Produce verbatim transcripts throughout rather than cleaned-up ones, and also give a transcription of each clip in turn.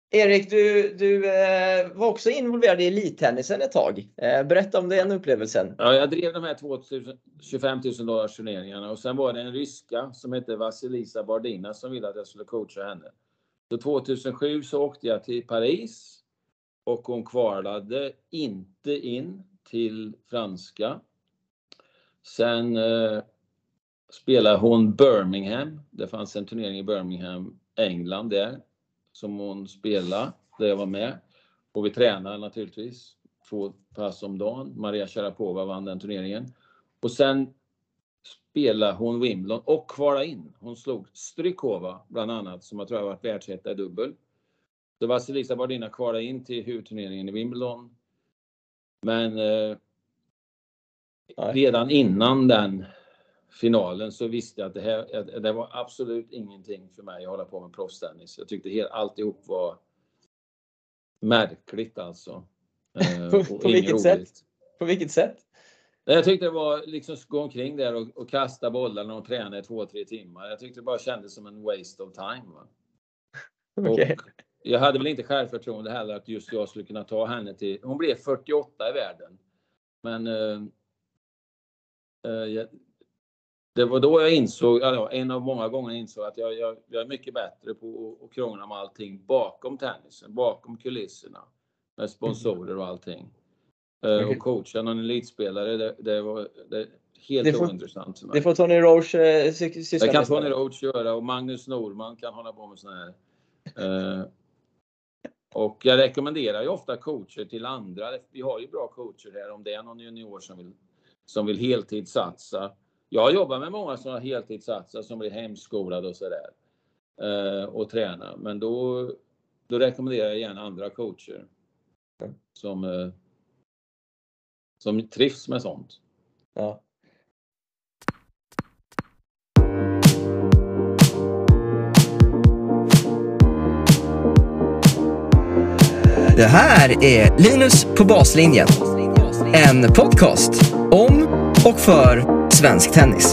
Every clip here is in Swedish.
Erik, du, du eh, var också involverad i elittennisen ett tag. Eh, berätta om den upplevelsen. Ja, jag drev de här tjugofem tusen dollars turneringarna och sen var det en ryska som hette Vasilisa Bardina som ville att jag skulle coacha henne. Så tjugohundrasju så åkte jag till Paris och hon kvalade inte in till franska. Sen eh, spelade hon Birmingham. Det fanns en turnering i Birmingham, England där. Som hon spelade, där jag var med. Och vi tränade naturligtvis. Två pass om dagen. Maria Sharapova vann den turneringen. Och sen spelade hon Wimbledon och kvalade in. Hon slog Strykova bland annat, som jag tror har varit världsetta i dubbel. Så Vasilisa Bardina kvalade in till huvudturneringen i Wimbledon. Men eh, redan innan den finalen så visste jag att det här det var absolut ingenting för mig att hålla på med proffstennis. Jag tyckte helt, alltihop var märkligt alltså. på, på, vilket sätt? på vilket sätt? Jag tyckte det var liksom gå omkring där och, och kasta bollarna och träna i två, tre timmar. Jag tyckte det bara kändes som en waste of time. Va? Okay. Och jag hade väl inte självförtroende heller att just jag skulle kunna ta henne till... Hon blev fyrtioåtta i världen. Men... Uh, uh, jag, det var då jag insåg, alltså en av många gånger insåg att jag, jag, jag är mycket bättre på att krångla med allting bakom tennisen, bakom kulisserna. Med sponsorer och allting. Mm. Uh, och coacha någon elitspelare, det, det var det, helt det får, ointressant för mig. Det får Tony Roach uh, syssla Det kan Tony Roach göra och Magnus Norman kan hålla på med såna här. Uh, och jag rekommenderar ju ofta coacher till andra. Vi har ju bra coacher här om det är någon junior som vill, som vill heltidssatsa. Jag jobbar med många som har heltidssatsar som blir hemskolade och sådär. Uh, och träna. Men då, då rekommenderar jag gärna andra coacher. Mm. Som, uh, som trivs med sånt. Ja. Det här är Linus på baslinjen. En podcast om och för svensk tennis.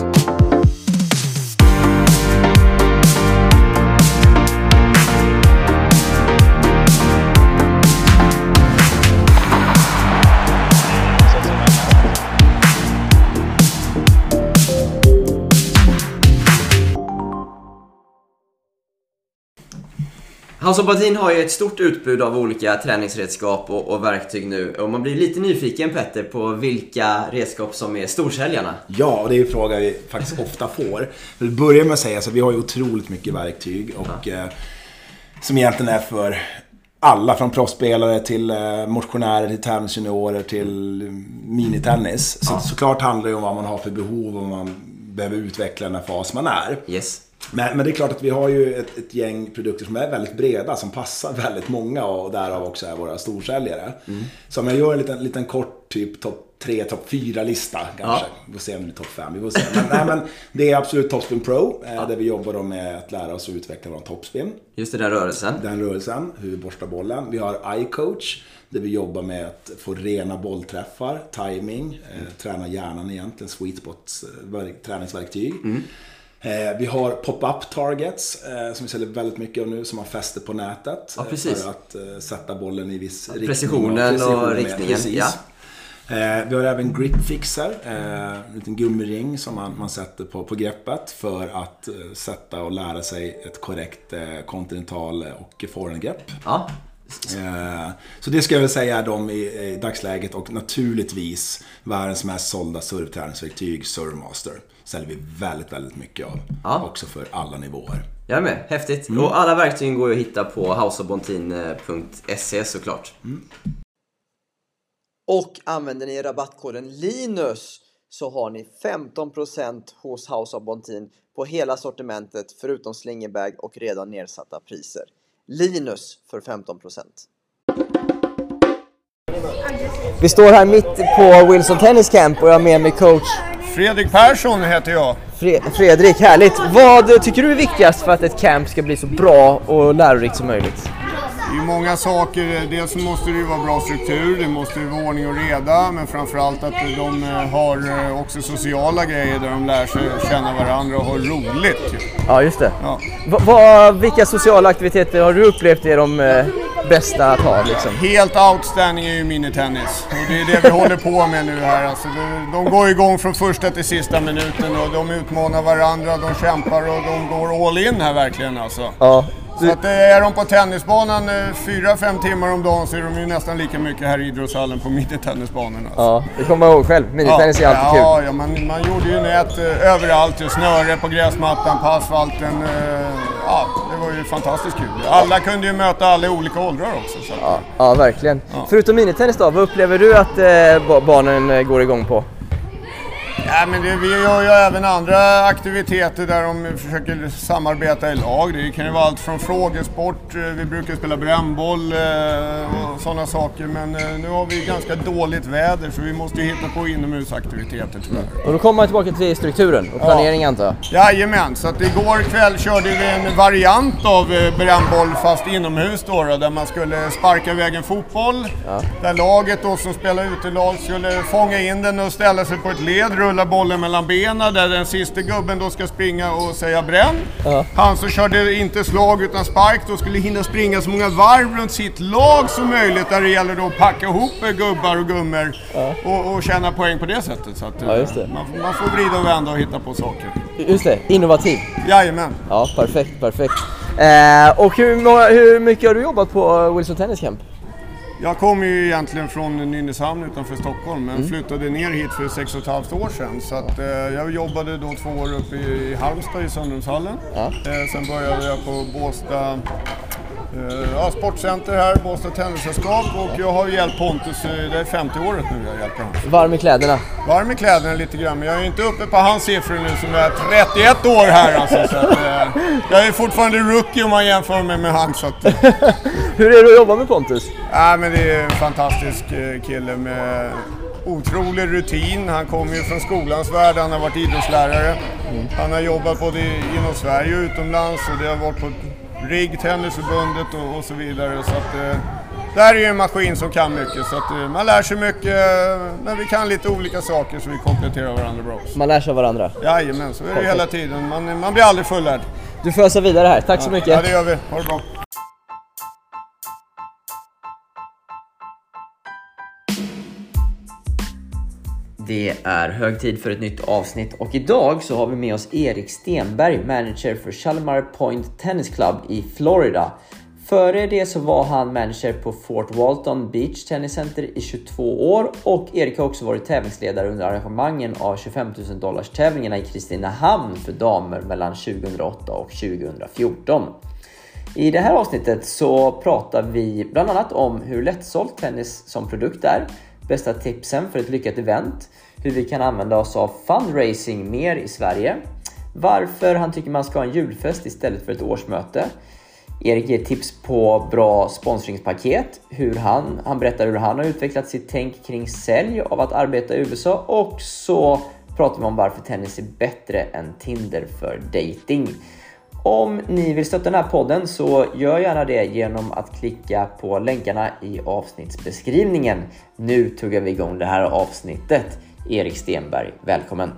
House of Bontin har ju ett stort utbud av olika träningsredskap och, och verktyg nu. Och man blir lite nyfiken, Petter, på vilka redskap som är storsäljarna. Ja, det är en fråga vi faktiskt ofta får. Vi börjar med att säga att vi har ju otroligt mycket verktyg. Och, ja. eh, som egentligen är för alla, från proffsspelare till eh, motionärer, till tennisjuniorer, till minitennis. Så, ja. Såklart handlar det om vad man har för behov och vad man behöver utveckla den fas man är. Yes. Men, men det är klart att vi har ju ett, ett gäng produkter som är väldigt breda, som passar väldigt många och därav också är våra storsäljare. Mm. Så om jag gör en liten, liten kort typ topp tre, topp fyra lista kanske. Ja. Vi får se om det är topp fem. Vi får se. Men, nej, men det är absolut Topspin Pro, eh, ja. Där vi jobbar då med att lära oss att utveckla vår topspin. Just det, den rörelsen. Den rörelsen, hur vi borstar bollen. Vi har iCoach, där vi jobbar med att få rena bollträffar, timing, eh, träna hjärnan egentligen, sweet spots, eh, träningsverktyg. Mm. Eh, vi har pop-up targets eh, som vi säljer väldigt mycket av nu, som man fäster på nätet. Ja, eh, för att eh, sätta bollen i viss riktning. Precisionen och, och riktningen. Ja. Eh, vi har även grip fixer, eh, en liten gummiring som man, man sätter på, på greppet för att eh, sätta och lära sig ett korrekt eh, kontinental och forehandgrepp. Ja. Eh, så det ska jag väl säga är de i, i dagsläget, och naturligtvis världens mest sålda serveträningsverktyg, Servemaster. Säljer vi väldigt, väldigt mycket av. Ja. Också för alla nivåer. Jag är med, häftigt. Mm. Och alla verktyg går att hitta på house of bontin punkt se såklart. Mm. Och använder ni rabattkoden Linus så har ni femton procent hos House of Bontin på hela sortimentet förutom slingerbag och redan nedsatta priser. Linus för femton procent. Vi står här mitt på Wilson Tennis Camp och jag är med med coach Fredrik Persson heter jag. Fre- Fredrik, härligt. Vad tycker du är viktigast för att ett camp ska bli så bra och lärorikt som möjligt? Det är många saker. Dels måste det ju vara bra struktur, det måste ju vara ordning och reda, men framförallt att de har också sociala grejer där de lär sig känna varandra och ha roligt. Ja, just det. Ja. Va- va- vilka sociala aktiviteter har du upplevt är de bästa att ha liksom? Helt outstanding är ju minitennis. Och det är det vi håller på med nu här. Alltså, de, de går igång från första till sista minuten och de utmanar varandra, de kämpar och de går all in här verkligen alltså. Ja. Så att är de på tennisbanan fyra fem timmar om dagen så är de ju nästan lika mycket här i idrottshallen på minitennisbanorna. Alltså. Ja, det kommer jag ihåg själv. Minitennis ja, är alltid ja, kul. Ja, man, man gjorde ju nät eh, överallt. Ju snöre på gräsmattan, på asfalten. Eh, ja, det var ju fantastiskt kul. Alla kunde ju möta alla i olika åldrar också. Så att, Ja, ja, verkligen. Ja. Förutom minitennis då, vad upplever du att eh, barnen går igång på? Ja, men det, vi gör ju även andra aktiviteter där de försöker samarbeta i lag. Det kan ju vara allt från frågesport, vi brukar spela brännboll och sådana saker. Men nu har vi ganska dåligt väder så vi måste ju hitta på inomhusaktiviteter tyvärr. Och då kommer man tillbaka till strukturen och planering ja. antar jag? Jajamän, så att igår kväll körde vi en variant av brännboll fast inomhus då, då där man skulle sparka iväg en fotboll. Ja. Där laget då som spelar utelag skulle fånga in den och ställa sig på ett led, rulla bollen mellan benen där den sista gubben då ska springa och säga bränn. Ja. Han som körde inte slag utan spark då skulle hinna springa så många varv runt sitt lag som möjligt där det gäller då att packa ihop gubbar och gummor ja. och, och tjäna poäng på det sättet. Så att, ja, just det. Man, man får vrida och vända och hitta på saker. Just det, innovativ. Jajamän. Ja, perfekt, perfekt. Eh, och hur, hur mycket har du jobbat på Wilson Tennis Camp? Jag kom ju egentligen från Nynäshamn utanför Stockholm men mm. flyttade ner hit för sex och ett halvt år sedan. Så att, eh, jag jobbade då två år uppe i, i Halmstad i Sundrumshallen. Ja. Eh, sen började jag på Båstad eh, ja, sportcenter här, Båstad Tennissällskap och jag har hjälpt Pontus, det är femtio året nu jag hjälper honom. Varm i kläderna? Varm i kläderna lite grann, men jag är inte uppe på hans siffror nu som är trettioett år här alltså. Så att, eh, jag är fortfarande rookie om man jämför mig med han. Så att, eh. Hur är det att jobba med Pontus? Ja, men det är en fantastisk kille med otrolig rutin. Han kommer ju från skolans värld, han har varit idrottslärare. Mm. Han har jobbat både inom Sverige och utomlands och det har varit på RIG, Tennisförbundet och, och så vidare. Så att, eh, det här är ju en maskin som kan mycket så att eh, man lär sig mycket men vi kan lite olika saker så vi kompletterar varandra bra. Man lär sig av varandra? Jajamän, så är det hela tiden. Man, man blir aldrig fullärd. Du får ösa vidare här, tack ja, så mycket. Ja, det gör vi. Ha det bra. Det är hög tid för ett nytt avsnitt och idag så har vi med oss Erik Stenberg, manager för Shalimar Point Tennis Club i Florida. Före det så var han manager på Fort Walton Beach Tennis Center i tjugotvå år och Erik har också varit tävlingsledare under arrangemangen av tjugofem tusen dollars tävlingarna i Kristinehamn för damer mellan tjugohundraåtta och tjugohundrafjorton. I det här avsnittet så pratar vi bland annat om hur lättsålt tennis som produkt är, bästa tipsen för ett lyckat event, hur vi kan använda oss av fundraising mer i Sverige, varför han tycker man ska ha en julfest istället för ett årsmöte. Erik ger tips på bra sponsringspaket, hur han, han berättar hur han har utvecklat sitt tänk kring sälj av att arbeta i U S A och så pratar vi om varför tennis är bättre än Tinder för dating. Om ni vill stötta den här podden så gör gärna det genom att klicka på länkarna i avsnittsbeskrivningen. Nu tuggar vi igång det här avsnittet. Erik Stenberg, välkommen!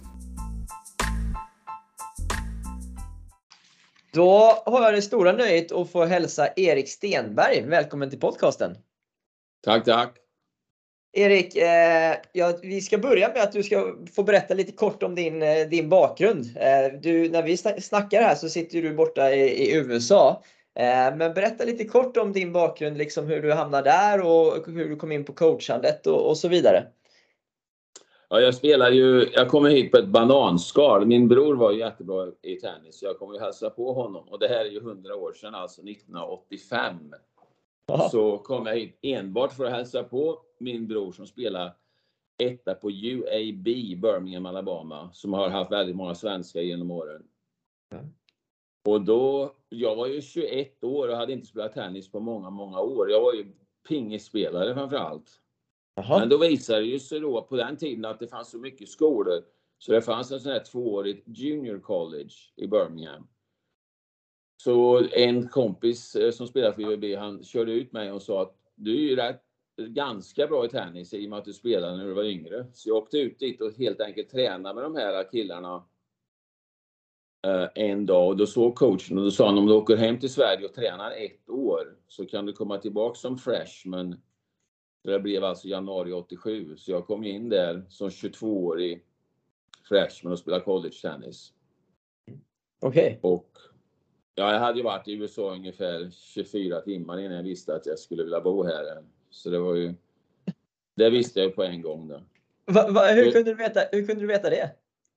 Då har jag det stora nöjet att få hälsa Erik Stenberg. Välkommen till podcasten. Tack, tack. Erik, eh, ja, vi ska börja med att du ska få berätta lite kort om din, din bakgrund. Eh, du, när vi snackar här så sitter du borta i, i U S A. Eh, men berätta lite kort om din bakgrund, liksom hur du hamnade där och hur du kom in på coachandet och, och så vidare. Ja, jag spelar ju, jag kommer hit på ett bananskal. Min bror var ju jättebra i tennis. Jag kommer ju hälsa på honom. Och det här är ju hundra år sedan, alltså nittonhundraåttiofem. Aha. Så kom jag hit enbart för att hälsa på min bror som spelar etta på U A B, Birmingham, Alabama. Som har haft väldigt många svenskar genom åren. Mm. Och då, jag var ju tjugoett år och hade inte spelat tennis på många, många år. Jag var ju pingisspelare framförallt. Aha. Men då visade det sig då på den tiden att det fanns så mycket skolor. Så det fanns en sån här tvåårig junior college i Birmingham. Så en kompis som spelar för U A B, han körde ut mig och sa att du är ju rätt, ganska bra i tennis i och med att du spelade när du var yngre. Så jag åkte ut dit och helt enkelt tränade med de här killarna uh, en dag. Och då såg coachen och då sa han, om du åker hem till Sverige och tränar ett år så kan du komma tillbaka som freshman. Det blev alltså januari åttiosju. Så jag kom in där som tjugotvåårig freshman och spelade college tennis. Okej. Okay. Och ja, jag hade ju varit i U S A ungefär tjugofyra timmar innan jag visste att jag skulle vilja bo här. Så det var ju, det visste jag på en gång då. Va, va, hur, kunde du veta, hur kunde du veta det?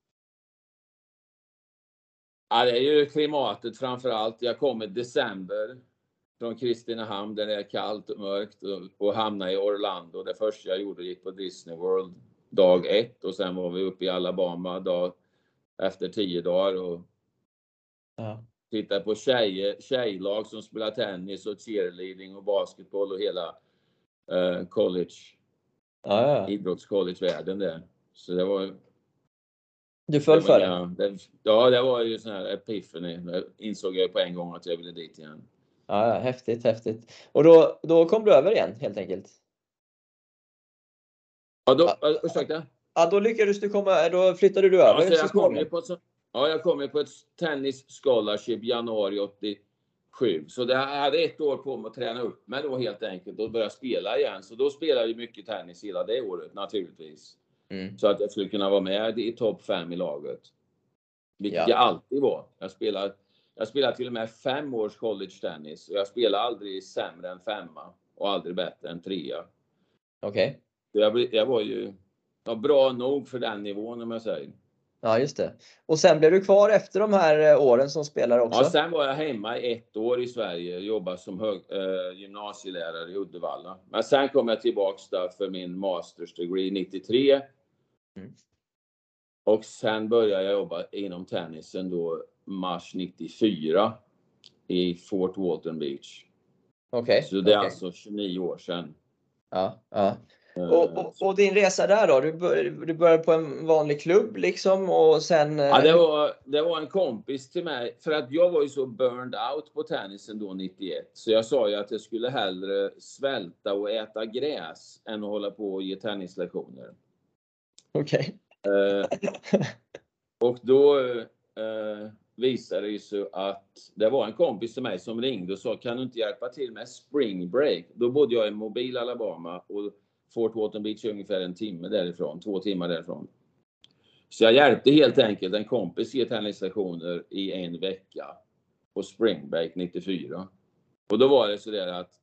Ja, det är ju klimatet framför allt. Jag kom i december från Kristinehamn där det är kallt och mörkt och, och hamnade i Orlando. Det första jag gjorde gick på Disney World dag ett och sen var vi uppe i Alabama dag efter tio dagar och ja. tittade på tjejer, tjejlag som spelar tennis och cheerleading och basketboll och hela uh, college, ja, ja. idrottscollegevärlden där. Så det var... Du föll för det? Ja, det? Ja, det var ju sån här epiphany. Jag insåg jag på en gång att jag ville dit igen. Ja, ja, häftigt, häftigt. Och då, då kom du över igen, helt enkelt? Ja, då, ja. ursäkta? Ja, då lyckades du komma, då flyttade du över. Ja, så jag kom ju på, ja, jag kom ju på ett tennis scholarship januari åttiosju. Så det, jag hade ett år på mig att träna upp mig då helt enkelt och börja spela igen. Så då spelade jag mycket tennis hela det året naturligtvis. Mm. Så att jag skulle kunna vara med i topp fem i laget. Vilket ja. jag alltid var. Jag spelade, jag spelade till och med fem års college tennis. Och jag spelade aldrig sämre än femma. Och aldrig bättre än trea. Okej. Okay. Jag, jag var ju ja, bra nog för den nivån om jag säger. Ja, just det. Och sen blev du kvar efter de här åren som spelare också? Ja, sen var jag hemma i ett år i Sverige. Jobbade som hög, äh, gymnasielärare i Uddevalla. Men sen kom jag tillbaka där för min master's degree nittiotre. Mm. Och sen började jag jobba inom tennisen då mars nittiofyra i Fort Walton Beach. Okej. Okay, Så det är okay. alltså tjugonio år sedan. Ja, ja. Och, och, och din resa där då? Du, bör, du började på en vanlig klubb liksom och sen... Ja, det var, det var en kompis till mig. För att jag var ju så burned out på tennisen då nittioett. Så jag sa ju att jag skulle hellre svälta och äta gräs än att hålla på och ge tennislektioner. Okej. Okay. Uh, och då uh, visade det sig att det var en kompis till mig som ringde och sa, kan du inte hjälpa till med spring break? Då bodde jag i Mobile, Alabama och Fort Walton Beach är ungefär en timme därifrån, två timmar därifrån. Så jag hjälpte helt enkelt en kompis ge tennislektioner i en vecka på spring break nittiofyra. Och då var det så där att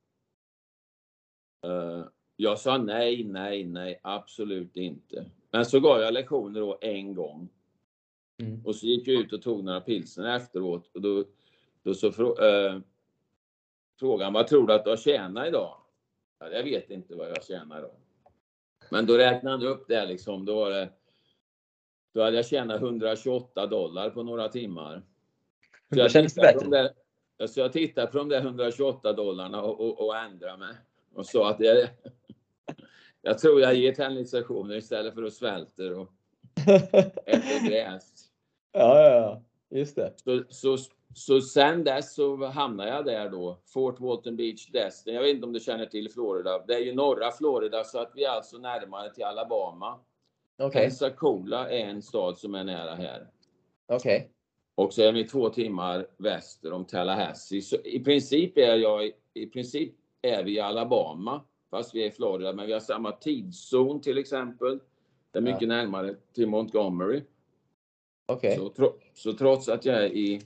uh, jag sa nej, nej, nej, absolut inte. Men så gav jag lektioner då en gång. Mm. Och så gick jag ut och tog några pilsner efteråt. Och då, då så frå, äh, frågan, vad tror du att du har tjänat idag? Ja, jag vet inte vad jag tjänar då. Men då räknade han upp det liksom. Då, var det, då hade jag tjänat hundratjugoåtta dollar på några timmar. Så jag, tittade på de där, så jag tittade på de där hundratjugoåtta dollarna och, och, och ändrade mig. Och sa att jag, jag tror jag ger tennislektioner istället för att svälter och äter gräs. Ja, ja, ja. Just det. Så, så, så sen dess så hamnade jag där då. Fort Walton Beach, Destin. Jag vet inte om du känner till Florida. Det är ju norra Florida så att vi är alltså närmare till Alabama. Okay. Pensacola är en stad som är nära här. Okej. Okay. Och så är vi två timmar väster om Tallahassee. Så i princip är jag i princip är vi i Alabama. Fast vi är i Florida. Men vi har samma tidszon till exempel. Det är mycket ja. närmare till Montgomery. Okay. Så, tro, så trots att jag är i,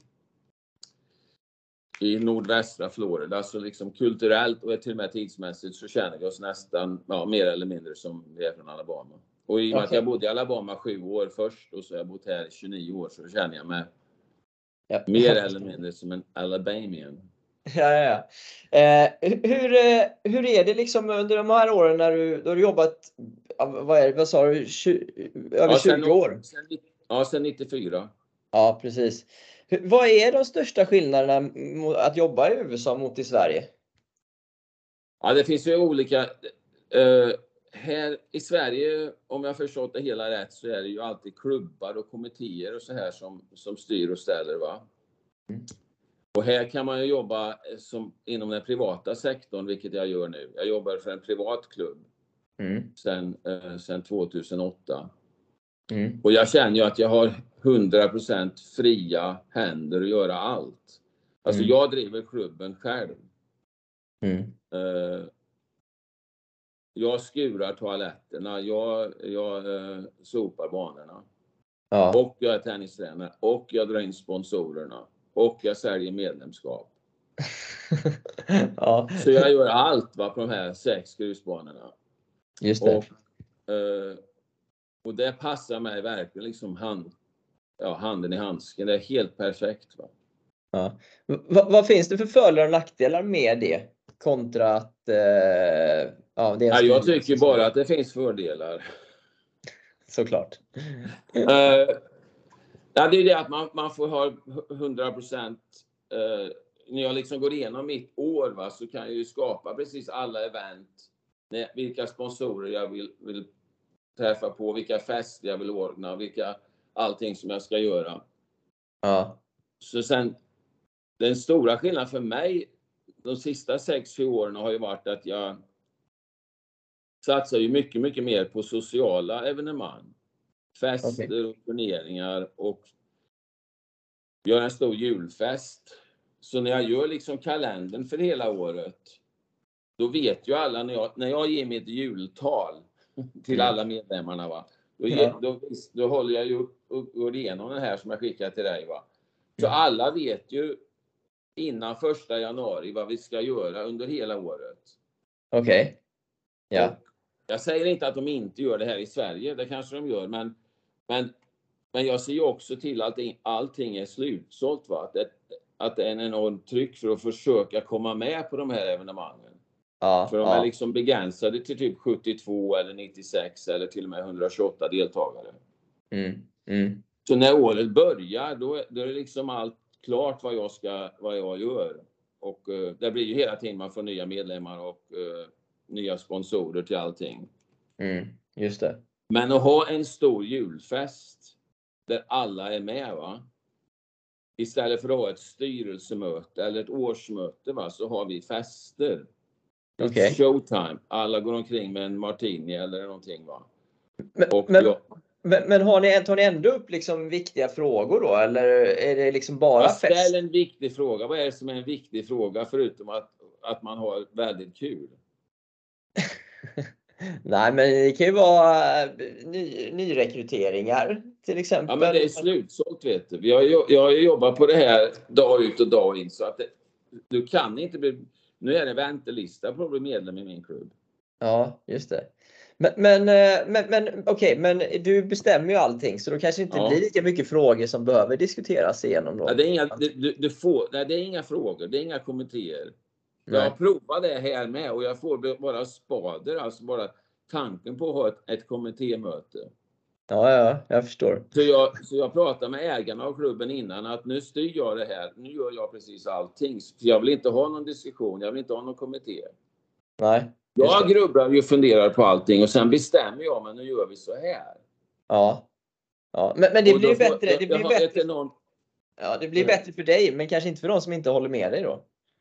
i nordvästra Florida så liksom kulturellt och till och med tidsmässigt så känner vi oss nästan ja, mer eller mindre som vi är från Alabama. Och i och med okay. att jag bodde i Alabama sju år först och så har jag bott här i tjugonio år så känner jag mig ja. mer eller mindre som en Alabamian. Ja, ja. Eh, hur, hur är det liksom under de här åren när du, då du jobbat, vad, är det, vad sa du, tjugo, över ja, sen, tjugo år? Sen, ja, sen nittiofyra. Ja, precis. Hur, vad är de största skillnaderna att jobba i U S A mot i Sverige? Ja, det finns ju olika. Uh, här i Sverige, om jag förstått det hela rätt, så är det ju alltid klubbar och kommittéer och så här som, som styr och ställer, va? Mm. Och här kan man ju jobba som inom den privata sektorn, vilket jag gör nu. Jag jobbar för en privat klubb mm. sen, eh, sen tvåtusenåtta. Mm. Och jag känner ju att jag har hundra procent fria händer att göra allt. Alltså Mm. jag driver klubben själv. Mm. Uh, jag skurar toaletterna, jag, jag uh, sopar banorna. Ja. Och jag är tennistränare. Och jag drar in sponsorerna. Och jag säljer medlemskap. Ja. Så jag gör allt, va, på de här sex grusbanorna. Just det. Och, uh, och det passar mig verkligen liksom hand, ja, handen i handsken. Det är helt perfekt, va. Ja. V- vad finns det för fördelar och nackdelar med det? Kontra att... Eh, ja, det är Ja, jag tycker bara att det finns fördelar. Såklart. uh, ja, det är det att man, man får ha hundra procent. Uh, när jag liksom går igenom mitt år, va, så kan jag ju skapa precis alla event. När, vilka sponsorer jag vill, vill träffa på. Vilka fester jag vill ordna. Vilka, allting som jag ska göra. Ja. Så sen... Den stora skillnaden för mig de sista sex sju åren har ju varit att jag satsar ju mycket, mycket mer på sociala evenemang. Fester okay. och turneringar och gör en stor julfest. Så när jag gör liksom kalendern för hela året, då vet ju alla när jag, när jag ger mitt jultal till alla medlemmarna, va, då, Ja. då, då håller jag ju upp och går igenom den här som jag skickar till dig, va. Så alla vet ju innan första januari vad vi ska göra under hela året. Okej. Okay. Ja. Jag säger inte att de inte gör det här i Sverige, det kanske de gör, men, men, men jag ser ju också till att allting, allting är slutsålt, va? Att det, att det är en enorm tryck för att försöka komma med på de här evenemangen. Ja, för de ja. är liksom begränsade till typ sjuttiotvå eller nittiosex eller till och med etthundratjugoåtta deltagare. Mm. Mm. Så när året börjar, då, då är det liksom allt klart vad jag ska, vad jag gör. Och uh, det blir ju hela tiden man får nya medlemmar och uh, nya sponsorer till allting. Mm, just det. Men att ha en stor julfest där alla är med, va. Istället för att ha ett styrelsemöte eller ett årsmöte, va, så har vi fester. Okay. Showtime. Alla går omkring med en martini eller någonting, va. Men, och men, jag, men, men har ni, tar ni ändå upp liksom viktiga frågor då? Eller är det liksom bara jag fest? ställer en viktig fråga. Vad är det som är en viktig fråga förutom att, att man har väldigt kul? Nej, men det kan ju vara ny, nyrekryteringar till exempel. Ja, men det är slutsålt, vet du. Jag, jag, jag har jobbat på det här dag ut och dag in, så att det, du kan inte bli... Nu är det väntelista på att bli medlem i min klubb. Ja, just det. Men, men, men, men okej, okay, men du bestämmer ju allting, så då kanske inte ja. blir lika mycket frågor som behöver diskuteras igenom då. Ja, det är inga, du, du får, nej, det är inga frågor, det är inga kommentarer. Jag har provat det här med och jag får bara spader, alltså bara tanken på att ha ett, ett kommittémöte. Ja, ja, jag förstår. Så jag, så jag pratar med ägarna av klubben innan att nu styr jag det här, nu gör jag precis allting. För jag vill inte ha någon diskussion, jag vill inte ha någon kommitté. Nej. Jag grubblar och funderar på allting och sen bestämmer jag, men nu gör vi så här. Ja. Ja, men, men det blir bättre. Får, jag, det blir jag bättre. Enormt... Ja, det blir bättre för dig, men kanske inte för de som inte håller med dig då.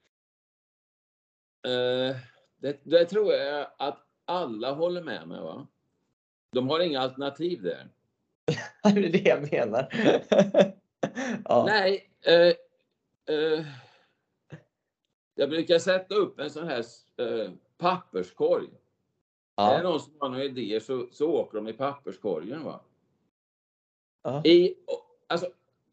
Uh, det, det tror jag att alla håller med mig, va? De har inga alternativ där. Det är det jag menar. Ja. Nej. Uh, uh, jag brukar sätta upp en sån här uh, papperskorg. Ja. Är det någon som har några idéer så, så åker de i papperskorgen, va? Ja. I, alltså,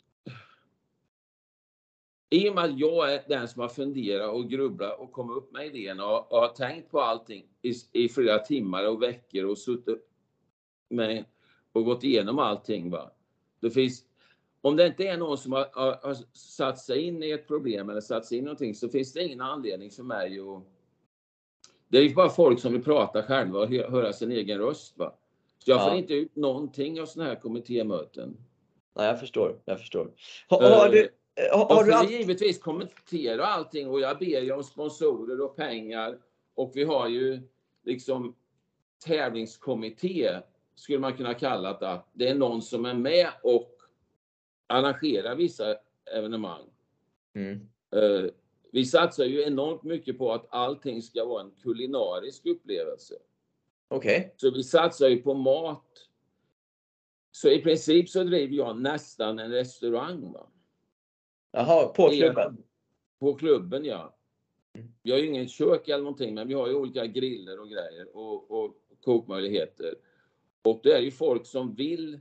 I och med att jag är den som har funderat och grubblat och kommit upp med idéerna och, och har tänkt på allting i, i flera timmar och veckor och suttit med och gått igenom allting, va. Det finns, om det inte är någon som har, har, har satt sig in i ett problem eller satt sig in i någonting, så finns det ingen anledning för mig att... Det är ju bara folk som vill prata själva och höra sin egen röst, va. Så jag ja. får inte ut någonting av såna här kommittémöten. Nej, jag förstår. Jag förstår. Har, uh, har du... Har, har du all... givetvis kommentera allting och jag ber ju om sponsorer och pengar. Och vi har ju liksom tävlingskommitté, skulle man kunna kalla det. Det är någon som är med och arrangerar vissa evenemang. Mm. Uh, vi satsar ju enormt mycket på att allting ska vara en kulinarisk upplevelse. Okej. Okay. Så vi satsar ju på mat, Så i princip så driver jag nästan en restaurang, va? Jaha, på klubben? På klubben, ja. Vi har ju inget kök eller någonting, men vi har ju olika griller och grejer och, och kokmöjligheter. Och det är ju folk som vill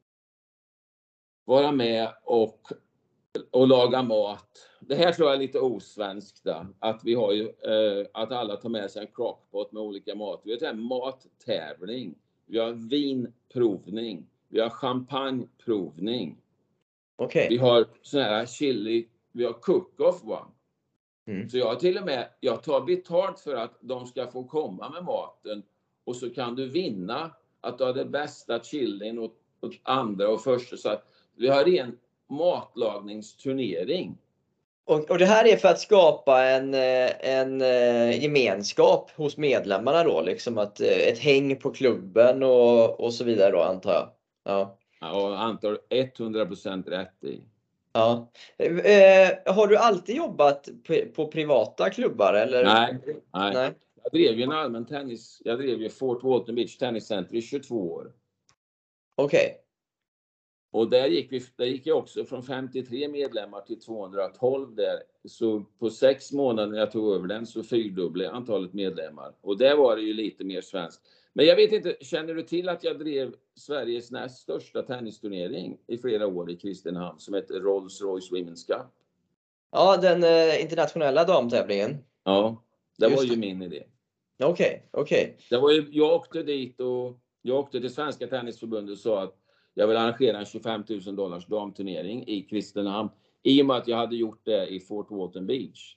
vara med och, och laga mat. Det här tror jag är lite osvenskt, då, att vi har ju eh, att alla tar med sig en crockpot med olika mat. Vi har en mattävling, vi har vinprovning, vi har champagneprovning. Okej. Vi har sån här chili, vi har cook-off, va? Mm. Så jag till och med, jag tar betalt för att de ska få komma med maten. Och så kan du vinna att du har det bästa chilin och, och andra och första. Så att vi har en matlagningsturnering. Och, och det här är för att skapa en, en gemenskap hos medlemmarna då? Liksom att ett häng på klubben och, och så vidare då, antar jag. Ja. Ja, och antar hundra procent rätt i. Ja. Eh, har du alltid jobbat på, på privata klubbar? Eller? Nej, nej. nej. Jag drev ju en allmän tennis. Jag drev ju Fort Walton Beach Tennis Center i tjugotvå år. Okej. Okay. Och där gick, vi, där gick jag också från femtiotre medlemmar till tvåhundratolv där. Så på sex månader när jag tog över den så fyrdubblade antalet medlemmar. Och där var det ju lite mer svenskt. Men jag vet inte, känner du till att jag drev Sveriges näst största tennisturnering i flera år i Kristinehamn som heter Rolls-Royce Women's Cup? Ja, den eh, internationella damtävlingen. Ja, det Just var ju det. min idé. Okej, okay, okej. Okay. Det var ju, jag åkte dit och jag åkte till Svenska Tennisförbundet och sa att jag vill arrangera en tjugofem tusen dollars damturnering i Kristinehamn. I och med att jag hade gjort det i Fort Walton Beach.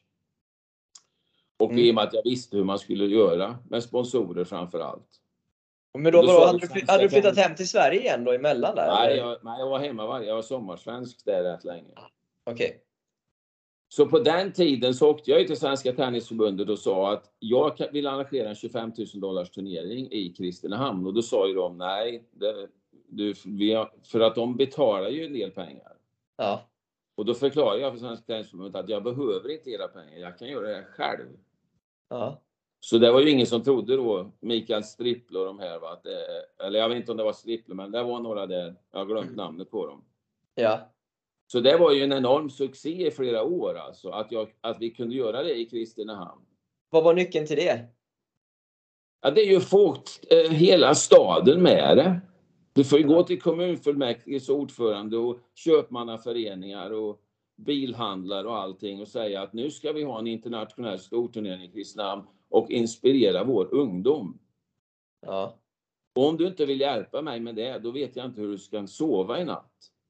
Och mm. i och med att jag visste hur man skulle göra med sponsorer framför allt. Men då, då var, hade, du, hade du flyttat hem till Sverige igen då emellan där? Nej, jag, nej jag var hemma varje, jag var sommarsvensk där rätt länge. Okej. Okay. Så på den tiden så åkte jag till Svenska Tennisförbundet och sa att jag vill arrangera en tjugofem tusen dollars turnering i Kristinehamn. Och då sa ju de nej, det, du, vi har, för att de betalar ju en del pengar. Ja. Och då förklarar jag för Svenska Tennisförbundet att jag behöver inte era pengar, jag kan göra det själv. Ja. Så det var ju ingen som trodde då, Mikael Stripple och de här, va? Att det, eller jag vet inte om det var Stripple, men det var några där, jag har glömt namnet på dem. Ja. Så det var ju en enorm succé i flera år alltså, att, jag, att vi kunde göra det i Kristinehamn. Vad var nyckeln till det? Ja, det är ju fått eh, hela staden med det. Du får ju gå till kommunfullmäktiges ordförande och köpmannaföreningar och bilhandlare och allting och säga att nu ska vi ha en internationell storturnering i Kristinehamn och inspirera vår ungdom. Ja. Och om du inte vill hjälpa mig med det, då vet jag inte hur du ska sova i natt.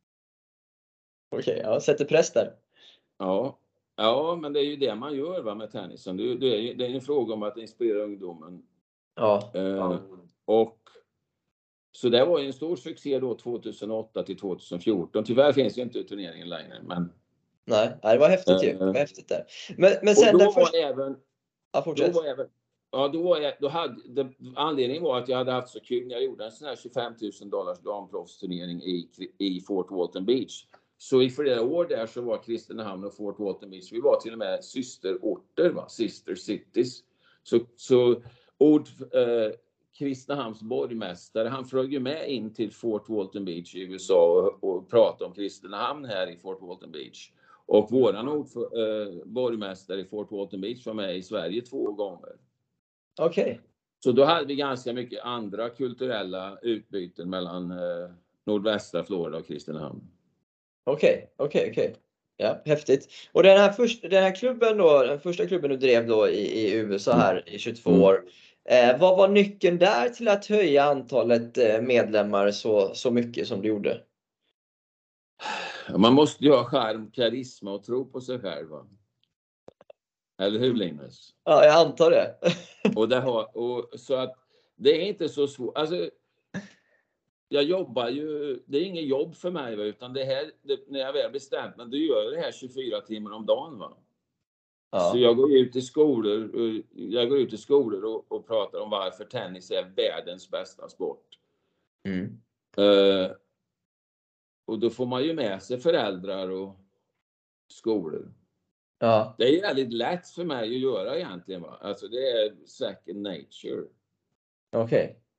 Okej, okay, jag sätter press där. Ja. Ja, men det är ju det man gör, va, med tennisen. Det är, det är, det är en fråga om att inspirera ungdomen. Ja. Eh, ja. Och så det var ju en stor succé då tjugohundraåtta till tjugohundrafjorton. Tyvärr finns ju inte turneringen längre, men nej, det var häftigt ju. Det var häftigt där. Men men sen och då den första... var även Ja, fortsätt. Då var även Ja, då var jag, då hade det, anledningen var att jag hade haft så kul när jag gjorde en sån här tjugofem tusen dollars damproffsturnering i i Fort Walton Beach. Så i flera år där så var Kristinehamn och Fort Walton Beach, vi var till och med systerorter, va, sister cities. Så så ord eh, Kristinehamns borgmästare, han flög ju med in till Fort Walton Beach i U S A och, och pratade om Kristinehamn här i Fort Walton Beach. Och våran ordför, eh, borgmästare i Fort Walton Beach var med i Sverige två gånger. Okej. Okay. Så då hade vi ganska mycket andra kulturella utbyten mellan eh, nordvästra Florida och Kristinehamn. Okej, okay, okej, okay, okej. Okay. Ja, häftigt. Och den här, först, den här klubben då, den första klubben du drev då i, i U S A här i tjugotvå mm. år. Eh, vad var nyckeln där till att höja antalet eh, medlemmar så, så mycket som du gjorde? Man måste ju ha charm, karisma och tro på sig själv, va? Eller hur, Linus? Ja, jag antar det. och det har, och, så att det är inte så svårt. Alltså, jag jobbar ju, det är inget jobb för mig, va? Utan det här, det, när jag väl bestämt mig, då gör jag det här tjugofyra timmar om dagen, va? Ja. Så jag går ut i skolor, jag går ut i skolor och, och pratar om varför tennis är världens bästa sport. Mm. Uh, och då får man ju med sig föräldrar och skolor. Ja. Det är väldigt lätt för mig att göra egentligen, va? Alltså det är second nature. Okej. Okay.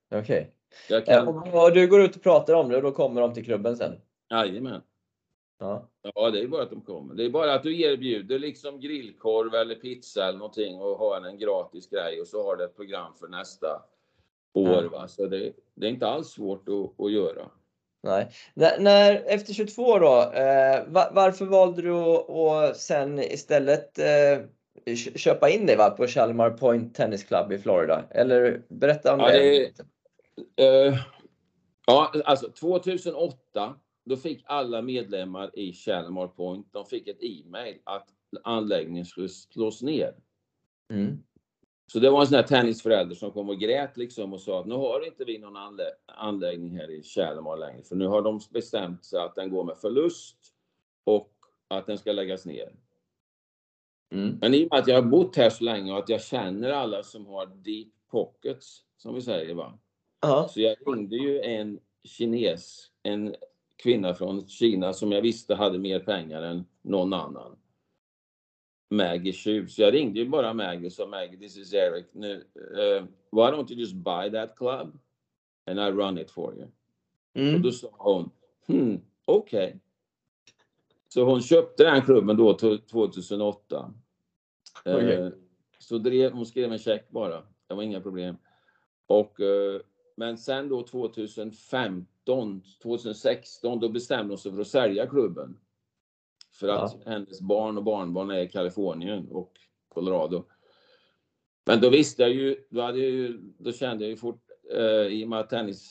Okej. Jag Okay. kan... Eh, och du går ut och pratar om det och då kommer de till klubben sen? Jajamän. Ja. Ja, det är bara att de kommer. Det är bara att du erbjuder liksom grillkorv eller pizza eller någonting och har en gratis grej och så har det ett program för nästa år. Ja. Va? Så det, det är inte alls svårt att, att göra. Nej. När, när, efter tjugotvå år då, eh, var, varför valde du att, att sen istället eh, köpa in dig va, på Shalimar Point Tennis Club i Florida? Eller berätta om ja, det. det uh, ja, alltså tjugohundraåtta då fick alla medlemmar i Shalimar Point, de fick ett e-mail att anläggningen skulle slås ner. Mm. Så det var en sån här tennisförälder som kom och grät liksom och sa att nu har inte vi någon anlä- anläggning här i Shalimar längre. För nu har de bestämt sig att den går med förlust och att den ska läggas ner. Mm. Men i och med att jag har bott här så länge och att jag känner alla som har deep pockets, som vi säger va. Ja. Så jag ringde ju en kines, en kvinna från Kina som jag visste hade mer pengar än någon annan. Maggie Shu. Så jag ringde ju bara Maggie och sa Maggie, this is Eric. Nu, uh, why don't you just buy that club and I run it for you? Mm. Och då sa hon, hmm, okej. Okay. Så hon köpte den klubben då tjugohundraåtta. Okay. Uh, så drev, hon skrev en check bara. Det var inga problem. Och, uh, men sen då tjugohundrafemton, tjugohundrasexton då bestämde hon sig för att sälja klubben. För att ja. hennes barn och barnbarn är i Kalifornien och Colorado. Men då visste jag ju, då, hade jag ju, då kände jag ju fort, eh, i och med att tennis,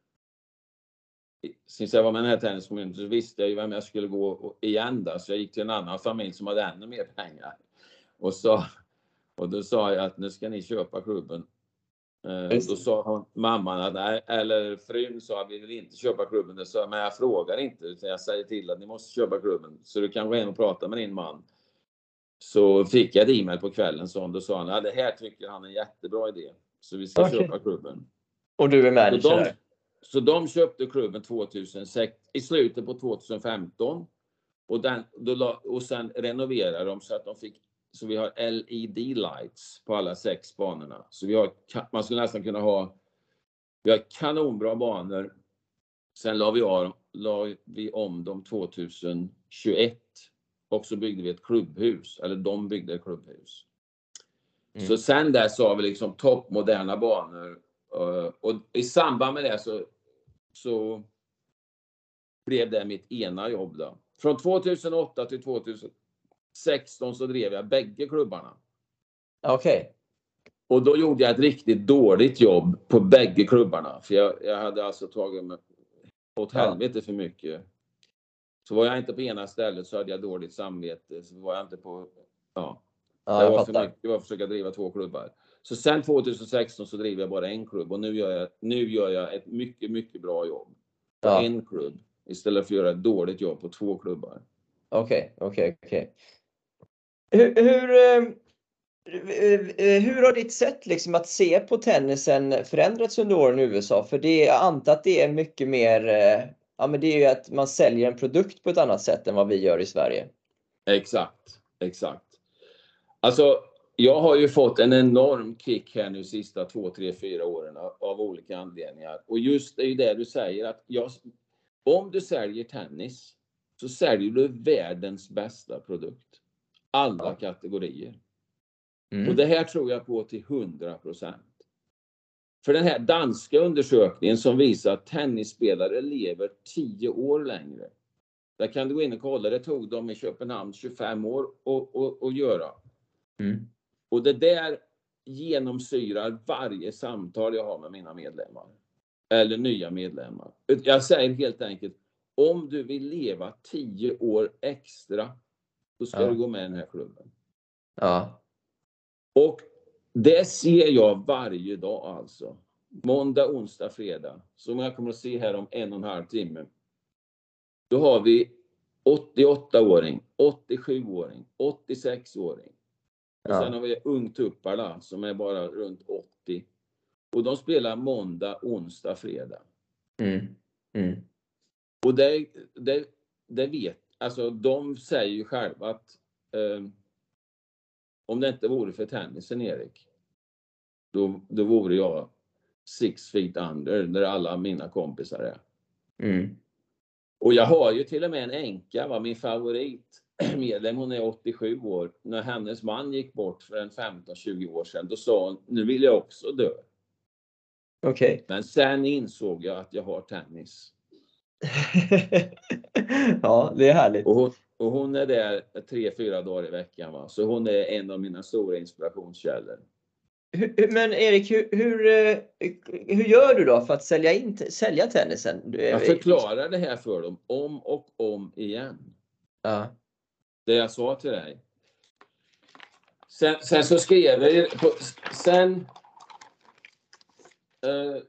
since jag var med den här tenniskommunen, så visste jag ju vem jag skulle gå igen då. Så jag gick till en annan familj som hade ännu mer pengar. Och, så, och då sa jag att nu ska ni köpa klubben. Eh, då sa hon, mamman, att, nej, eller frun sa att vi vill inte köpa klubben. Det sa, men jag frågar inte, utan jag säger till att ni måste köpa klubben. Så du kan gå in och prata med din man. Så fick jag ett e-mail på kvällen. Så då sa han, ja, det här tycker han är en jättebra idé. Så vi ska okay. köpa klubben. Och du är manager så de, där? Så de köpte klubben tjugohundrasex, i slutet på tjugohundrafemton. Och, den, då, och sen renoverade de så att de fick. Så vi har L E D lights på alla sex banorna. Så vi har, man skulle nästan kunna ha, vi har kanonbra banor. Sen la vi, av, la vi om dem tjugohundratjugoett. Och så byggde vi ett klubbhus. Eller de byggde ett klubbhus. Mm. Så sen där så har vi liksom toppmoderna banor. Och i samband med det så, så blev det mitt ena jobb då. Från tjugohundraåtta till tjugohundrasexton så drev jag bägge klubbarna. Okej. Okay. Och då gjorde jag ett riktigt dåligt jobb på bägge klubbarna. För jag, jag hade alltså tagit mig åt helvete för mycket. Så var jag inte på ena stället så hade jag dåligt samvete. Så var jag inte på, ja. Ja, det jag var fattar. för mycket, jag var försöka driva två klubbar. Så sen tjugohundrasexton så driver jag bara en klubb. Och nu gör jag, nu gör jag ett mycket, mycket bra jobb på ja. en klubb. Istället för att göra ett dåligt jobb på två klubbar. Okej, okay, okej, okay, okej. Okay. Hur, hur, hur har ditt sätt liksom att se på tennisen förändrats under åren i U S A? För det, jag antar att det är mycket mer, ja men det är ju att man säljer en produkt på ett annat sätt än vad vi gör i Sverige. Exakt, exakt. Alltså, jag har ju fått en enorm kick här nu sista två, tre, fyra åren av, av olika anledningar. Och just det är ju det du säger att jag, om du säljer tennis så säljer du världens bästa produkt. Alla ja. kategorier. Mm. Och det här tror jag på till hundra procent. För den här danska undersökningen som visar att tennisspelare lever tio år längre. Där kan du gå in och kolla. Det tog dem i Köpenhamn tjugofem år att, att, att göra. Mm. Och det där genomsyrar varje samtal jag har med mina medlemmar. Eller nya medlemmar. Jag säger helt enkelt, om du vill leva tio år extra, då ska ja. du gå med i den här klubben. Ja. Och det ser jag varje dag alltså. Måndag, onsdag, fredag. Som jag kommer att se här om en och en halv timme. Då har vi åttioåtta-åring, åttiosju-åring, åttiosex-åring. Och ja. sen har vi ungtupparna som är bara runt åttio. Och de spelar måndag, onsdag, fredag. Mm. Mm. Och det, det, det vet, alltså de säger ju själva att eh, om det inte vore för tennisen, Erik, då, då vore jag six feet under, där alla mina kompisar är. Mm. Och jag har ju till och med en änka, va, min favoritmedlem, hon är åttiosju år. När hennes man gick bort för en femton tjugo år sedan, då sa hon, nu vill jag också dö. Okej. Okay. Men sen insåg jag att jag har tennis. Ja, det är härligt. Och hon, och hon är där tre, fyra dagar i veckan, va? Så hon är en av mina stora inspirationskällor. Hur, men Erik, hur, hur, hur gör du då för att sälja, in, sälja tennisen? Du är, jag förklarar det här för dem om och om igen. Ja. Det jag sa till dig. Sen, sen så skrev jag på, sen uh,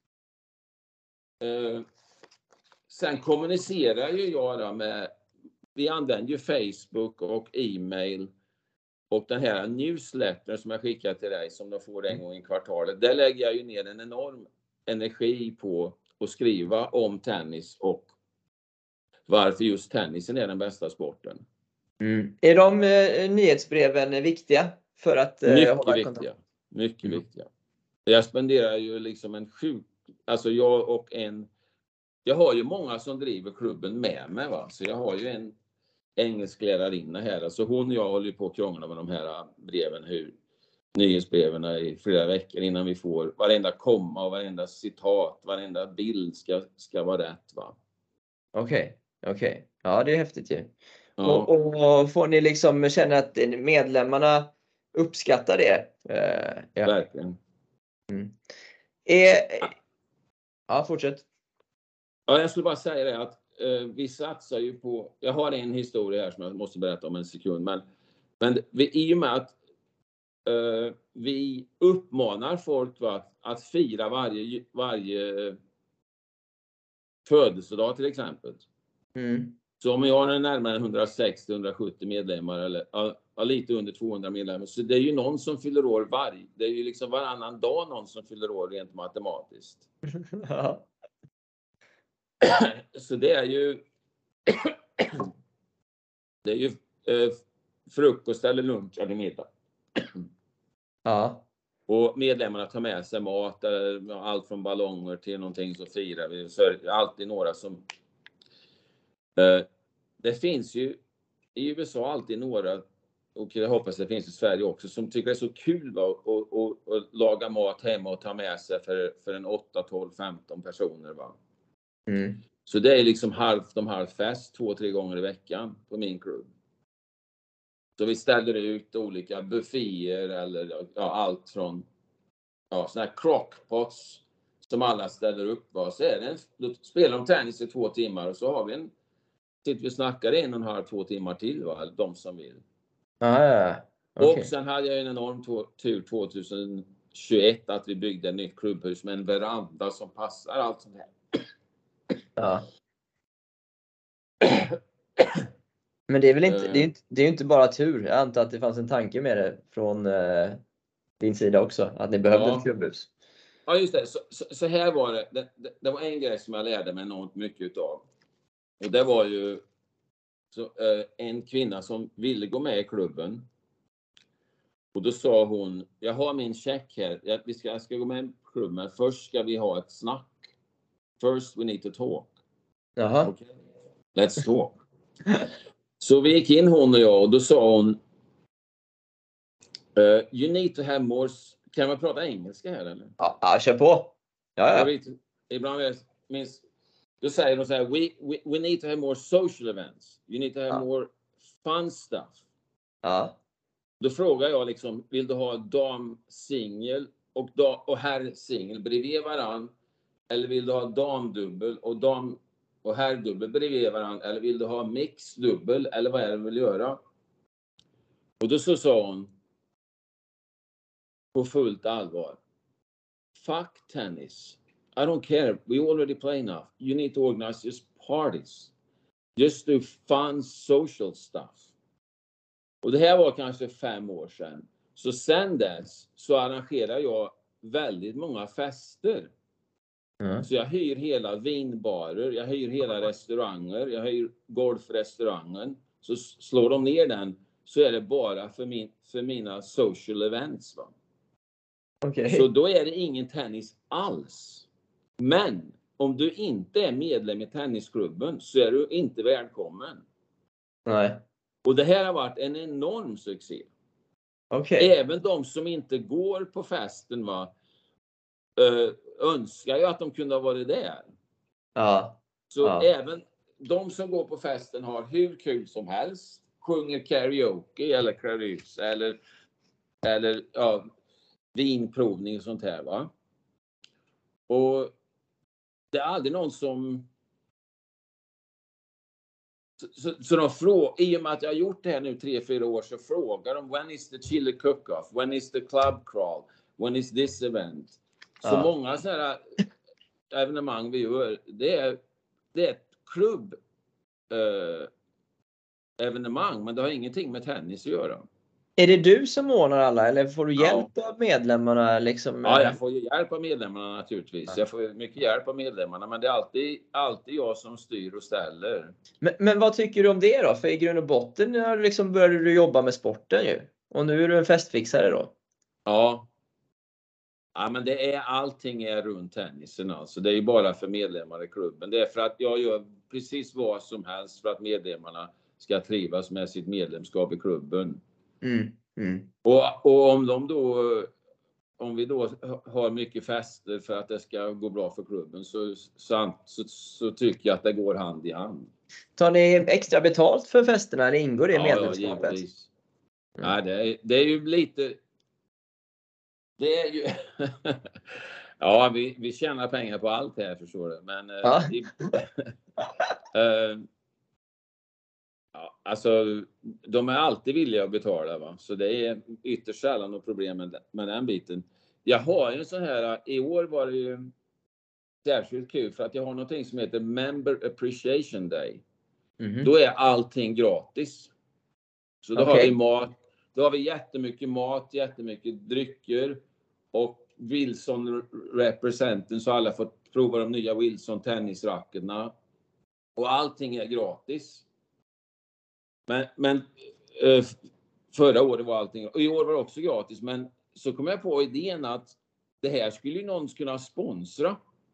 uh, sen kommunicerar ju jag då med, vi använder ju Facebook och e-mail och den här newslettern som jag skickar till dig som de får en gång i kvartalet. Där lägger jag ju ner en enorm energi på att skriva om tennis och varför just tennisen är den bästa sporten. Mm. Är de eh, nyhetsbreven viktiga för att eh, mycket hålla viktiga. kontakt? Mycket Mm. viktiga. Jag spenderar ju liksom en sjuk, alltså jag och en, jag har ju många som driver klubben med mig, va, så jag har ju en engelsklärarinna här, alltså hon och jag håller ju på att krångla med de här breven, hur nyhetsbreven i flera veckor innan vi får varenda komma och varenda citat, varenda bild ska, ska vara rätt, va. Okej, okay, okej. Okay. Ja, det är häftigt ju. Ja. Och, och får ni liksom känna att medlemmarna uppskattar det? Uh, ja. Verkligen. Mm. Är, ja, fortsätt. Ja, jag skulle bara säga det att eh, vi satsar ju på, jag har en historia här som jag måste berätta om en sekund, men, men vi, i och med att eh, vi uppmanar folk, va, att fira varje, varje födelsedag till exempel. Mm. Så om jag har närmare etthundrasextio till etthundrasjuttio medlemmar eller ja, lite under tvåhundra medlemmar, så det är ju någon som fyller år varje, det är ju liksom varannan dag någon som fyller år rent matematiskt. Ja. Så det är ju det är ju eh, frukost eller lunch eller middag. Ja. Och medlemmarna tar med sig mat, eller allt från ballonger till någonting, så firar vi. Så är det alltid några som eh, det finns ju i U S A alltid några, och jag hoppas det finns i Sverige också, som tycker det är så kul att och, och, och laga mat hemma och ta med sig för, för en åtta, tolv, femton personer, va. Mm. Så det är liksom halvt om halv fest två, tre gånger i veckan på min klubb. Så vi ställer ut olika bufféer eller ja, allt från ja, såna här crockpots som alla ställer upp. Va? Så är det en, då spelar de tennis i två timmar och så har vi en, sitter vi och snackar en och en halv, två timmar till, va? De som vill. Ah, ja. Okay. Och sen hade jag en enorm tur tjugohundratjugoett att vi byggde ett nytt klubbhus med en veranda som passar allt sånt här. Ja. Men det är väl inte, det är inte, det är inte bara tur. Jag antar att det fanns en tanke med det från eh, din sida också. Att ni behövde ja. ett klubbhus. Ja, just det. Så, så, så här var det. Det, det. Det var en grej som jag lärde mig enormt mycket utav. Och det var ju så, eh, en kvinna som ville gå med i klubben. Och då sa hon, jag har min check här. Jag, vi ska, jag ska gå med i klubben, men först ska vi ha ett snack. First we need to talk. Jaha. Okay. Let's talk. Så vi gick in, hon och jag, och då sa hon uh, you need to have more. Kan man prata engelska här eller? Ja, ja, kör på. Ja, ja. Jag vet, ibland jag minns, då säger de så här, we, we, we need to have more social events. You need to have ja. more fun stuff. Ja. Då frågar jag liksom, vill du ha damsingel och, da, och herrsingel bredvid varann? Eller vill du ha damdubbel och dam och herrdubbel bredvid varandra? Eller vill du ha mixdubbel? Eller vad är det du vill göra? Och då så sa hon på fullt allvar, fuck tennis. I don't care. We already play enough. You need to organize just parties. Just do fun social stuff. Och det här var kanske fem år sedan. Så sen dess så arrangerar jag väldigt många fester. Mm. Så jag hyr hela vinbarer, jag hyr hela restauranger, jag hyr golfrestaurangen. Så slår de ner den så är det bara för, min, för mina social events. Va? Okay. Så då är det ingen tennis alls. Men om du inte är medlem i tennisklubben så är du inte välkommen. Nej. Och det här har varit en enorm succé. Okay. Även de som inte går på festen, va, önskar ju att de kunde ha varit där. Ja. Så ja. även de som går på festen har hur kul som helst. Sjunger karaoke eller karaoke eller, eller ja, vinprovning och sånt här, va. Och det är aldrig någon som... Så, så, så de frågar, i och med att jag har gjort det här nu tre, fyra år, så frågar de: when is the chili cook-off? When is the club crawl? When is this event? Så ja. många sådana här evenemang vi gör, det är, det är ett klubb eh, evenemang, men det har ingenting med tennis att göra. Är det du som ordnar alla, eller får du hjälp ja. av medlemmarna? Liksom? Ja, jag får ju hjälp av medlemmarna naturligtvis. Ja. Jag får mycket hjälp av medlemmarna, men det är alltid, alltid jag som styr och ställer. Men, men vad tycker du om det då? För i grund och botten liksom började du jobba med sporten ju. Och nu är du en festfixare då. Ja. Ja, men det är, allting är runt tennisen alltså. Det är ju bara för medlemmar i klubben. Det är för att jag gör precis vad som helst för att medlemmarna ska trivas med sitt medlemskap i klubben. Mm. Mm. Och, och om de då, om vi då har mycket fester för att det ska gå bra för klubben, så, så, så, så tycker jag att det går hand i hand. Tar ni extra betalt för festerna, eller ingår det i ja, medlemskapet? Ja, givetvis. Mm. Nej, det är, det är ju lite... Det är ju... ja, vi, vi tjänar pengar på allt här, förstår du. Men... Ja. I, uh, ja, alltså, de är alltid villiga att betala, va. Så det är ytterst sällan något problem med, med den biten. Jag har ju en sån här... I år var det ju särskilt kul för att jag har någonting som heter Member Appreciation Day. Mm-hmm. Då är allting gratis. Så då okay. har vi mat. Då har vi jättemycket mat, jättemycket drycker och Wilson representen, så alla får prova de nya Wilson tennisracketerna. Och allting är gratis. Men, men förra året var allting, och i år var det också gratis, men så kom jag på idén att det här skulle ju någon kunna sponsra.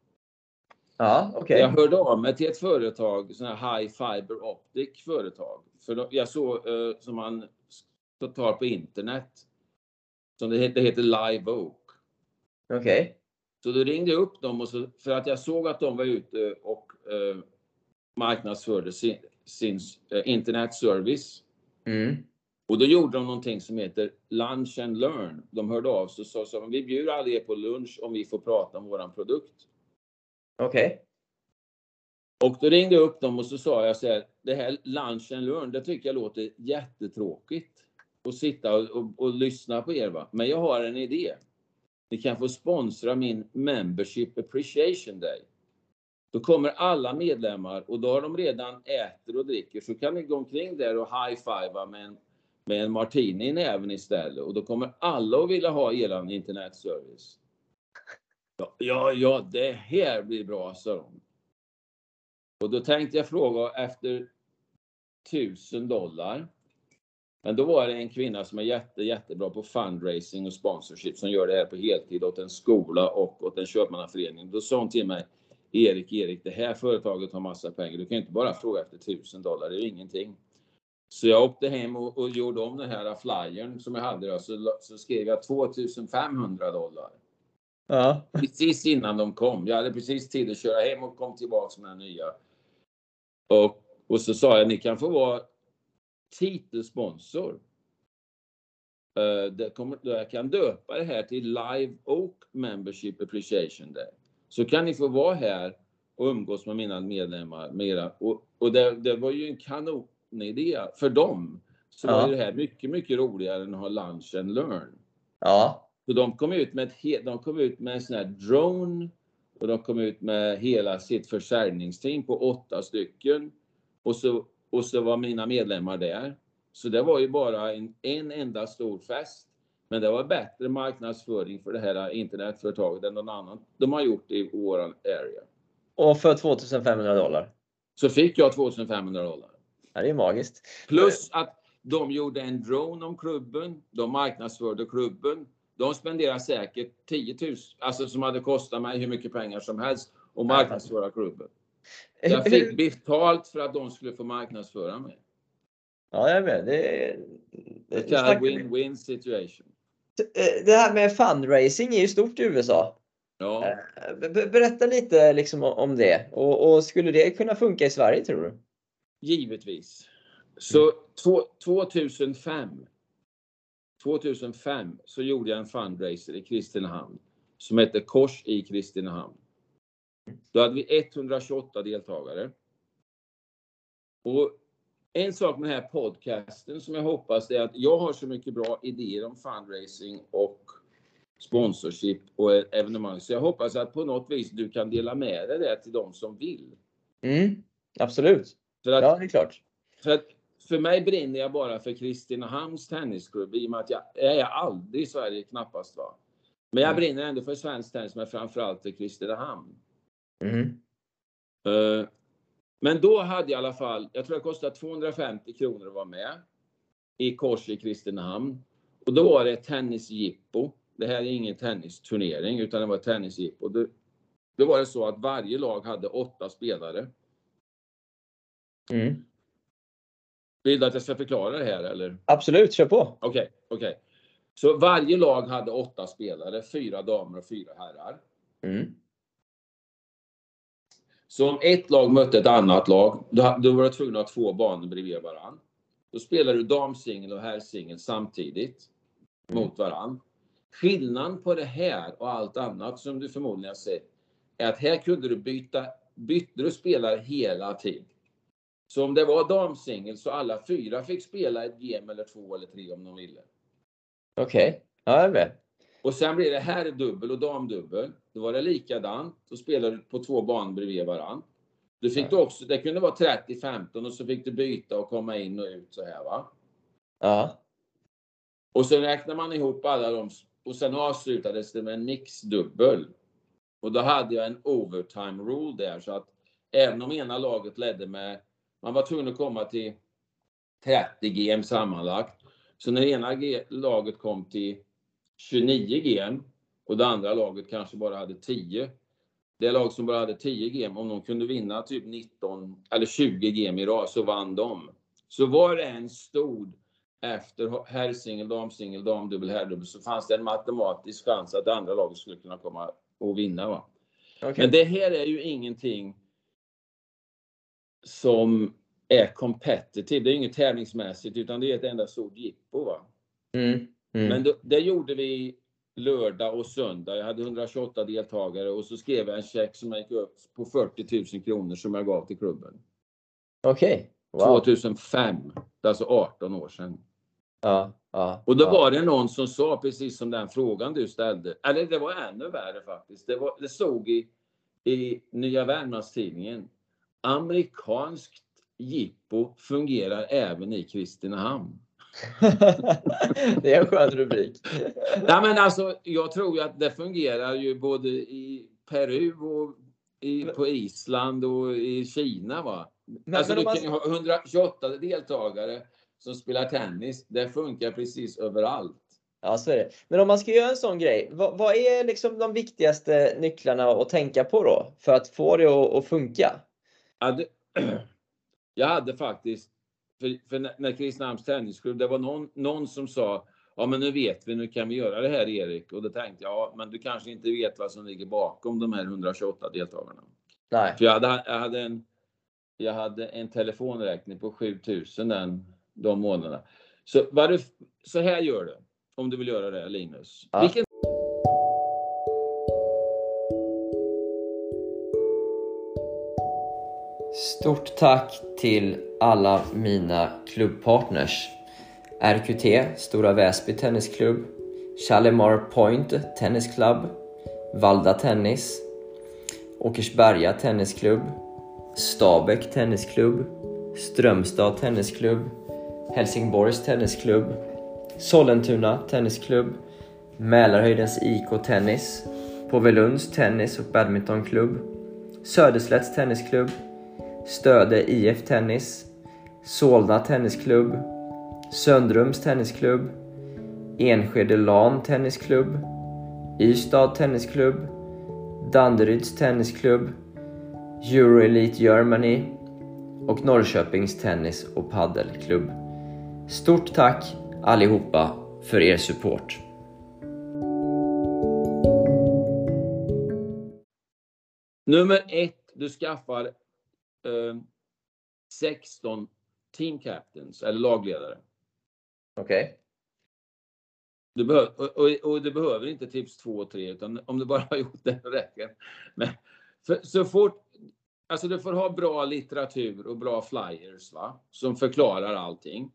Ja, okej. Okay. Jag hörde av mig till ett företag, sån här High Fiber Optic företag. För jag såg uh, som man tar på internet. Som det heter, det heter Live Oak. Okej. Okay. Så då ringde jag upp dem, och så, för att jag såg att de var ute och uh, marknadsförde sin, sin uh, internetservice. Mm. Och då gjorde de någonting som heter Lunch and Learn. De hörde av sig och sa så, vi bjuder alla er på lunch om vi får prata om våran produkt. Okej. Okay. Och då ringde jag upp dem och så sa jag så här: det här Lunch and Learn, det tycker jag låter jättetråkigt att sitta och, och, och lyssna på er, va. Men jag har en idé. Ni kan få sponsra min Membership Appreciation Day. Då kommer alla medlemmar, och då har de redan äter och dricker, så kan ni gå omkring där och high-fiva med en, med en martini i näven istället. Och då kommer alla att vilja ha eran internetservice. Ja, ja, ja, det här blir bra, sa de. Och då tänkte jag fråga efter tusen dollar. Men då var det en kvinna som är jätte, jättebra på fundraising och sponsorship, som gör det här på heltid åt en skola och åt en köpmannaförening. Då sa hon till mig: Erik, Erik, det här företaget har massa pengar. Du kan inte bara fråga efter tusen dollar, det är ingenting. Så jag åkte hem och, och gjorde om den här flyern som jag hade då. Så, så skrev jag tvåtusenfemhundra dollar. Ja. Precis innan de kom. Jag hade precis tid att köra hem och kom tillbaka med den nya. Och, och så sa jag: ni kan få vara titelsponsor. Uh, det kommer, jag kan döpa det här till Live Oak Membership Appreciation Day. Så kan ni få vara här och umgås med mina medlemmar. Mera. Och, och det, det var ju en kanonidé för dem. Så ja. Var ju det här mycket, mycket roligare än att ha Lunch and Learn. Ja. Så de kom ut med, ett, de kom ut med en sån här drone. Och de kom ut med hela sitt försäljningsteam på åtta stycken. Och så, och så var mina medlemmar där. Så det var ju bara en, en enda stor fest. Men det var bättre marknadsföring för det här internetföretaget än någon annan de har gjort i vår area. Och för tvåtusenfemhundra dollar? Så fick jag tvåtusenfemhundra dollar. Ja, det är magiskt. Plus att de gjorde en drone om klubben. De marknadsförde klubben. De spenderar säkert tio tusen, alltså som hade kostat mig hur mycket pengar som helst och marknadsföra klubben. Jag fick betalt för att de skulle få marknadsföra mig. Ja, jag vet. Det är det är win-win situation. Det här med fundraising är ju stort i U S A. Ja. Berätta lite liksom om det. Och, och skulle det kunna funka i Sverige, tror du? Givetvis. Så tvåtusenfem så gjorde jag en fundraiser i Kristinehamn som hette Kors i Kristinehamn. Då hade vi etthundratjugoåtta deltagare. Och en sak med den här podcasten som jag hoppas är att jag har så mycket bra idéer om fundraising och sponsorship och evenemang. Så jag hoppas att på något vis du kan dela med dig det till de som vill. Mm, absolut. För att, ja, det är klart. För, att, för mig brinner jag bara för Kristinehamns tennisklubb i och med att jag, jag är aldrig i Sverige knappast, va. Men jag mm. brinner ändå för svensk tennis, men framförallt för Kristinehamn. Mm. Uh, men då hade jag i alla fall, jag tror det kostade tvåhundrafemtio kronor att vara med i Kors i Kristinehamn. Och då var det ett tennisjippo. Det här är ingen tennisturnering utan det var ett tennisjippo. Då, då var det så att varje lag hade åtta spelare. Mm. Vill du att jag ska förklara det här eller? Absolut, kör på. Okej, okay, okej. Okay. Så varje lag hade åtta spelare, fyra damer och fyra herrar. Mm. Så om ett lag mötte ett annat lag, då, då var det tvungna att ha två banor bredvid varann. Då spelar du damsingel och herrsingel samtidigt mm. mot varann. Skillnaden på det här och allt annat som du förmodligen har sett är att här kunde du byta, bytte du spelare hela tiden. Så om det var damsingel så alla fyra fick spela ett game eller två eller tre om de ville. Okej, okay. Ja, jag vet. Och sen blir det här dubbel och damdubbel. Då var det likadant. Då spelade du på två banor bredvid varann. Du fick ja. du också, det kunde vara trettio femton och så fick du byta och komma in och ut så här, va? Ja. Och så räknar man ihop alla de och sen avslutades det med en mixdubbel. Och då hade jag en overtime rule där så att även om ena laget ledde med, man var tvungen att komma till trettio game sammanlagt. Så när ena g- laget kom till tjugonio game och det andra laget kanske bara hade tio. Det lag som bara hade tio game, om de kunde vinna typ nitton eller tjugo game i rad så vann de. Så var det en stod efter herrsingel, damsingel, damdubbel, herrdubbel så fanns det en matematisk chans att det andra laget skulle kunna komma och vinna, va? Okay. Men det här är ju ingenting som är competitive. Det är inget tävlingsmässigt utan det är ett enda stort jippo, va? Mm. Mm. Men då, det gjorde vi lördag och söndag. Jag hade hundratjugoåtta deltagare och så skrev jag en check som jag gick upp på fyrtio tusen kronor som jag gav till klubben. Okej. Okay. Wow. tvåtusenfem. Det är alltså arton år sedan. Ja, ja, och då ja. var det någon som sa precis som den frågan du ställde. Eller det var ännu värre faktiskt. Det, var, det såg i, i Nya Värmlandstidningen. Amerikanskt jippo fungerar även i Kristinehamn. Det är en skön rubrik. Nej, men alltså, jag tror ju att det fungerar ju både i Peru och i, på Island och i Kina, va? Men, alltså men du kan ju ha hundratjugoåtta deltagare som spelar tennis. Det funkar precis överallt. Ja, så är det. Men om man ska göra en sån grej, vad, vad är liksom de viktigaste nycklarna att tänka på då? För att få det att, att funka? Ja, det, jag hade faktiskt, för, för när Kristinehamns tennisklubb, det var någon, någon som sa, ja men nu vet vi, nu kan vi göra det här, Erik. Och då tänkte jag, ja men du kanske inte vet vad som ligger bakom de här hundratjugoåtta deltagarna. Nej. För jag hade, jag hade en Jag hade en telefonräkning på sjutusen den, de månaderna. Så, vad du, så här gör du. Om du vill göra det, Linus. Ja. Vilken... Stort tack till alla mina klubbpartners. R Q T, Stora Väsby Tennisklubb. Shalimar Point Tennisklubb. Valda Tennis. Åkersberga Tennisklubb. Stabäck Tennisklubb, Strömstad Tennisklubb, Helsingborgs Tennisklubb, Sollentuna Tennisklubb, Mälarhöjdens I K Tennis, Påvelunds Tennis och Badmintonklubb, Söderslätts Tennisklubb, Stöde I F Tennis, Solna Tennisklubb, Söndrums Tennisklubb, Enskede LAN Tennisklubb, Ystad Tennisklubb, Danderyds Tennisklubb, Euroelite Germany och Norrköpings Tennis- och Paddelklubb. Stort tack allihopa för er support. Nummer ett, du skaffar eh, sexton team captains eller lagledare. Okej. Okay. Du behöver, och, och, och du behöver inte tips två och tre, utan om du bara har gjort det räcker. Men för, så fort, alltså du får ha bra litteratur och bra flyers, va, som förklarar allting.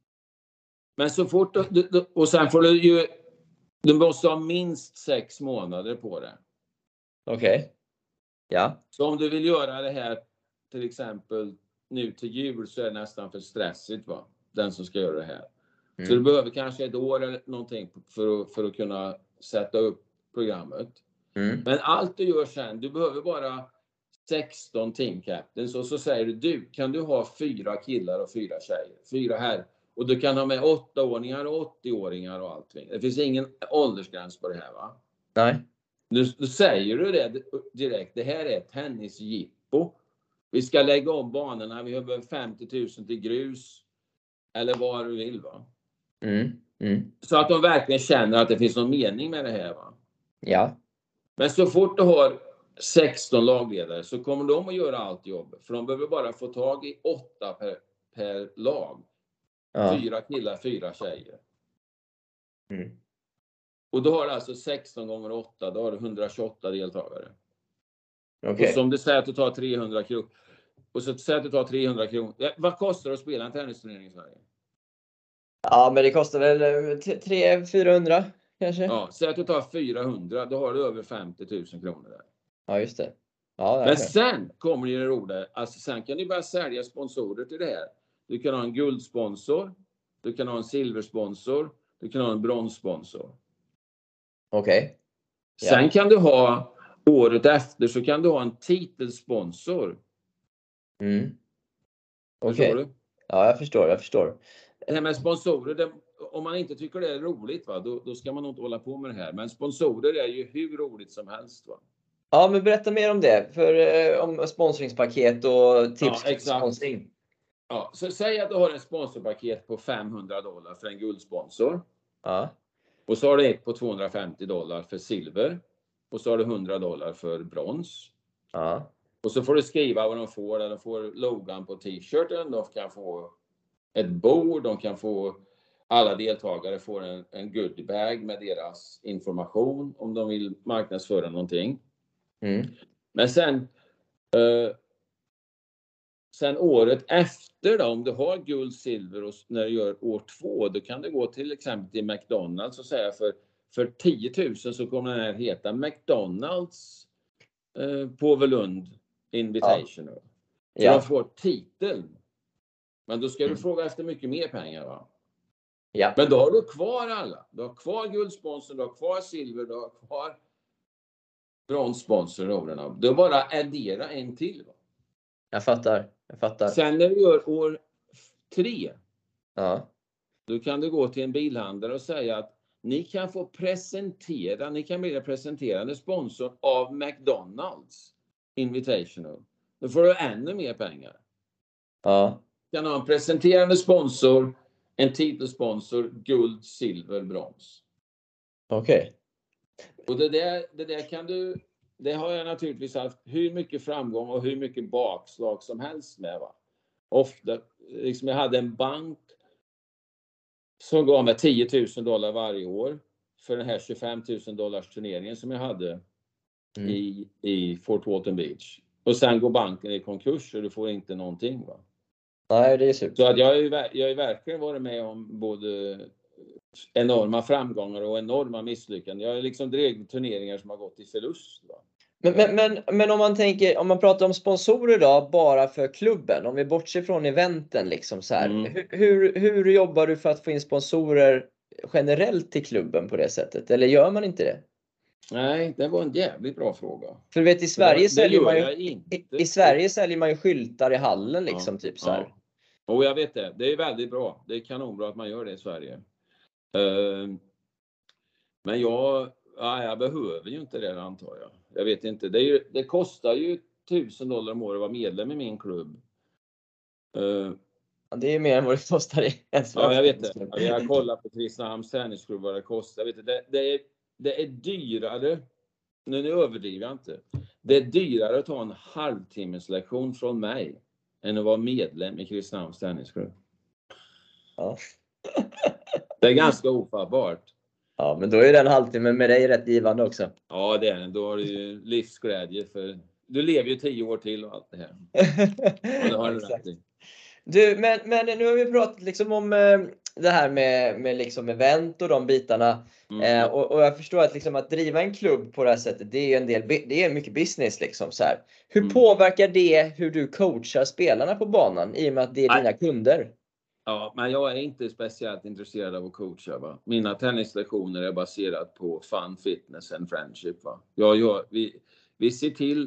Men så fort du, du, och sen får du ju, du måste ha minst sex månader på det. Okej. Okay. Ja. Så om du vill göra det här till exempel nu till jul, så är det nästan för stressigt, va, den som ska göra det här. Mm. Så du behöver kanske ett år eller någonting för att, för att kunna sätta upp programmet. Mm. Men allt du gör sen, du behöver bara sexton team captains, och så säger du, du kan du ha fyra killar och fyra tjejer, fyra här, och du kan ha med åttaåringar och åttioåringar och allting. Det finns ingen åldersgräns på det här, va? Nej. Nu, nu säger du det direkt, det här är ett tennisjippo. Vi ska lägga om banorna, vi behöver femtio tusen till grus eller vad du vill, va? Mm. Mm. Så att de verkligen känner att det finns någon mening med det här, va? Ja. Men så fort du har sexton lagledare så kommer de att göra allt jobb. För de behöver bara få tag i åtta per, per lag. Ja. Fyra killar, fyra tjejer. Mm. Och då har du alltså sexton gånger åtta, då har du etthundratjugoåtta deltagare. Okay. Och som du säger att du tar trehundra kronor. Och så säger att du tar trehundra kronor. Ja, vad kostar det att spela en tennisturnering i Sverige? Ja, men det kostar väl tre till fyrahundra kanske. Ja, säg att du tar fyrahundra, då har du över femtio tusen kronor där. Ja, just det. Ja, men sen kommer det roliga. Alltså sen kan du börja sälja sponsorer till det här. Du kan ha en guldsponsor. Du kan ha en silversponsor. Du kan ha en bronssponsor. Okej. Okay. Ja. Sen kan du ha, året efter så kan du ha en titelsponsor. Mm. Okej. Okay. Ja, jag förstår, jag förstår. Det här med sponsorer, det, om man inte tycker det är roligt, va, då, då ska man nog inte hålla på med det här. Men sponsorer är ju hur roligt som helst, va. Ja, men berätta mer om det. För eh, om sponsringspaket och tips ja, till sponsring. Ja, så säg att du har en sponsorpaket på femhundra dollar för en guldsponsor. Ja. Och så har du ett på tvåhundrafemtio dollar för silver. Och så har du hundra dollar för brons. Ja. Och så får du skriva vad de får. De får logan på t-shirten. De kan få ett bord. De kan få, alla deltagare får en, en goodiebag med deras information om de vill marknadsföra någonting. Mm. Men sen eh, sen året efter då, om du har guld, silver och när du gör år två, då kan du gå till exempel till McDonalds och säga för, för tio tusen så kommer den här heta McDonalds eh, Påvelund Invitational. Ja. Så ja. De får titeln. Men då ska du mm. fråga efter mycket mer pengar, va? Ja. Men då har du kvar alla. Du har kvar guldsponsorn, du har kvar silver, du har kvar bronssponsorerna. Du bara addera en till, va? Jag fattar, jag fattar. Sen när du gör år tre. Ja. Då kan du gå till en bilhandlare och säga att ni kan få presentera, ni kan bli presenterande sponsor av McDonalds Invitational. Då får du ännu mer pengar. Ja. Du kan ha en presenterande sponsor, en titelsponsor, guld, silver, brons. Okej. Okay. Och det där, det där kan du, det har jag naturligtvis haft hur mycket framgång och hur mycket bakslag som helst med, va. Ofta, liksom jag hade en bank som gav mig tio tusen dollar varje år för den här tjugofem tusen dollars turneringen som jag hade mm. i, i Fort Walton Beach. Och sen går banken i konkurs och du får inte någonting, va. Nej, det är super. Så att jag har ju, jag har ju verkligen varit med om både enorma framgångar och enorma misslyckanden. Jag har liksom drivit turneringar som har gått i förlust, va. Men, men, men, men om man tänker, om man pratar om sponsorer då, bara för klubben, om vi bortser från eventen liksom så här. Mm. Hur, hur, hur jobbar du för att få in sponsorer generellt till klubben på det sättet? Eller gör man inte det? Nej, det var en jävligt bra fråga. För du vet, i Sverige, det, säljer, det man ju, i, i Sverige säljer man ju skyltar i hallen liksom, ja, typ så här. Ja. Och jag vet det, det är väldigt bra. Det är kanonbra att man gör det i Sverige. Uh, Men jag, ja, jag behöver ju inte det, antar jag. Jag vet inte. Det, är ju, det kostar ju tusen dollar om året att vara medlem i min klubb. Uh, ja, det är mer än vad det kostar i en svensk. Ja, jag vet det. Jag har kollat på Kristinehamns tennisklubb vad det kostar. Jag vet det. Det, är, det är dyrare. Nu, nu överdriver jag inte. Det är dyrare att ta en halvtimmes lektion från mig än att vara medlem i Kristinehamns tennisklubb. Ja. Det är ganska ofattbart. Ja, men då är den halvtimmen med dig rätt givande också. Ja, det är den. Då har du ju livsglädje för... Du lever ju tio år till och allt det här. Och det har du rätt i. Du, men, men nu har vi pratat liksom om eh, det här med, med liksom event och de bitarna. Mm. Eh, och, och jag förstår att, liksom, att driva en klubb på det här sättet, det är en del, det är mycket business. Liksom, så här. Hur Mm. påverkar det hur du coachar spelarna på banan i och med att det är dina Nej. kunder? Ja, men jag är inte speciellt intresserad av att coacha. Va? Mina tennislektioner är baserat på fun, fitness and friendship. Va? Jag, jag, vi, vi ser till...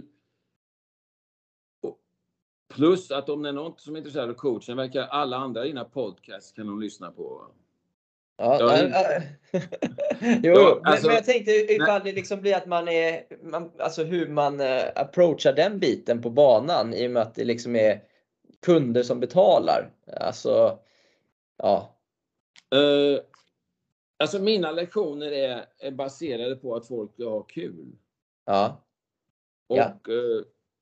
Plus att om det är något som är intresserad av coachen verkar alla andra i dina podcasts kan de lyssna på. Va? Ja, Jag äh, är- äh, jo, Ja, men, alltså- men jag tänkte ifall det liksom blir att man är, man, alltså hur man uh, approachar den biten på banan i och med att det liksom är kunder som betalar. Alltså, ja. Uh, alltså mina lektioner är, är baserade på att folk har kul. Ja. Och Ja. eh,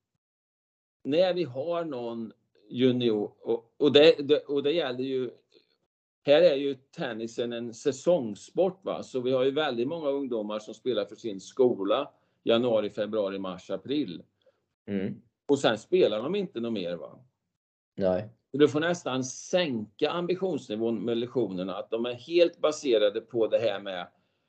när vi har någon junior, och, och, det, det, och det gäller ju, här är ju tennisen en säsongssport, va? Så vi har ju väldigt många ungdomar som spelar för sin skola januari, februari, mars, april. Mm. Och sen spelar de inte något mer, va? Nej. Så du får nästan sänka ambitionsnivån med lektionerna, att de är helt baserade på det här med...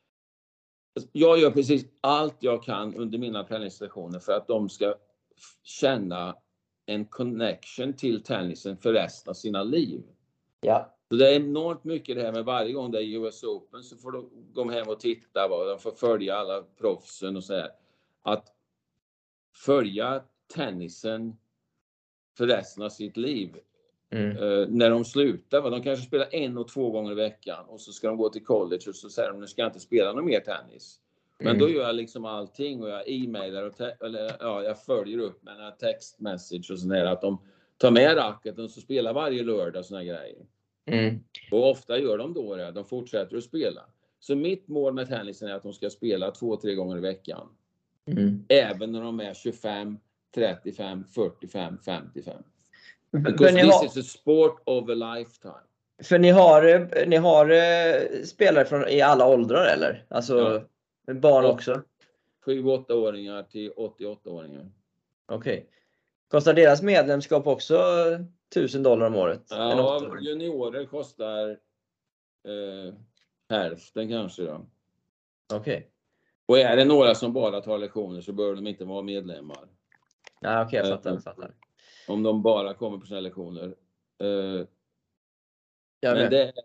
Jag gör precis allt jag kan under mina träningslektioner för att de ska känna en connection till tennisen för resten av sina liv. Ja. Så det är enormt mycket det här med varje gång det är U S Open så får de gå hem och titta, va? De får följa alla proffsen och så här. Att följa tennisen för resten av sitt liv. Mm. Uh, när de slutar, va? De kanske spelar en och två gånger i veckan och så ska de gå till college och så säger de nu ska jag inte spela någon mer tennis. Men Mm. då gör jag liksom allting och jag e-mailar och eller, ja, jag följer upp med en textmessage och sådär att de tar med racketen och så spelar varje lördag och såna grejer. Mm. Och ofta gör de då det, de fortsätter att spela. Så mitt mål med tennisen är att de ska spela två, tre gånger i veckan. Mm. Även när de är tjugofem, trettiofem, fyrtiofem, femtiofem. För Because ni, this har, is a sport of a lifetime. för ni har, ni har eh, spelare från i alla åldrar eller? Alltså barn Ja. också? sju åtta-åringar till åttioåtta-åringar. Okej. Kostar deras medlemskap också tusen dollar om året? En Ja, åttaåring? juniorer kostar eh, hälften kanske då. Okej. Och är det några som bara tar lektioner så bör de inte vara medlemmar. Ja, okej, jag fattar, Eh, jag fattar. Om de bara kommer på sina lektioner. Eh, Jag men vet. det,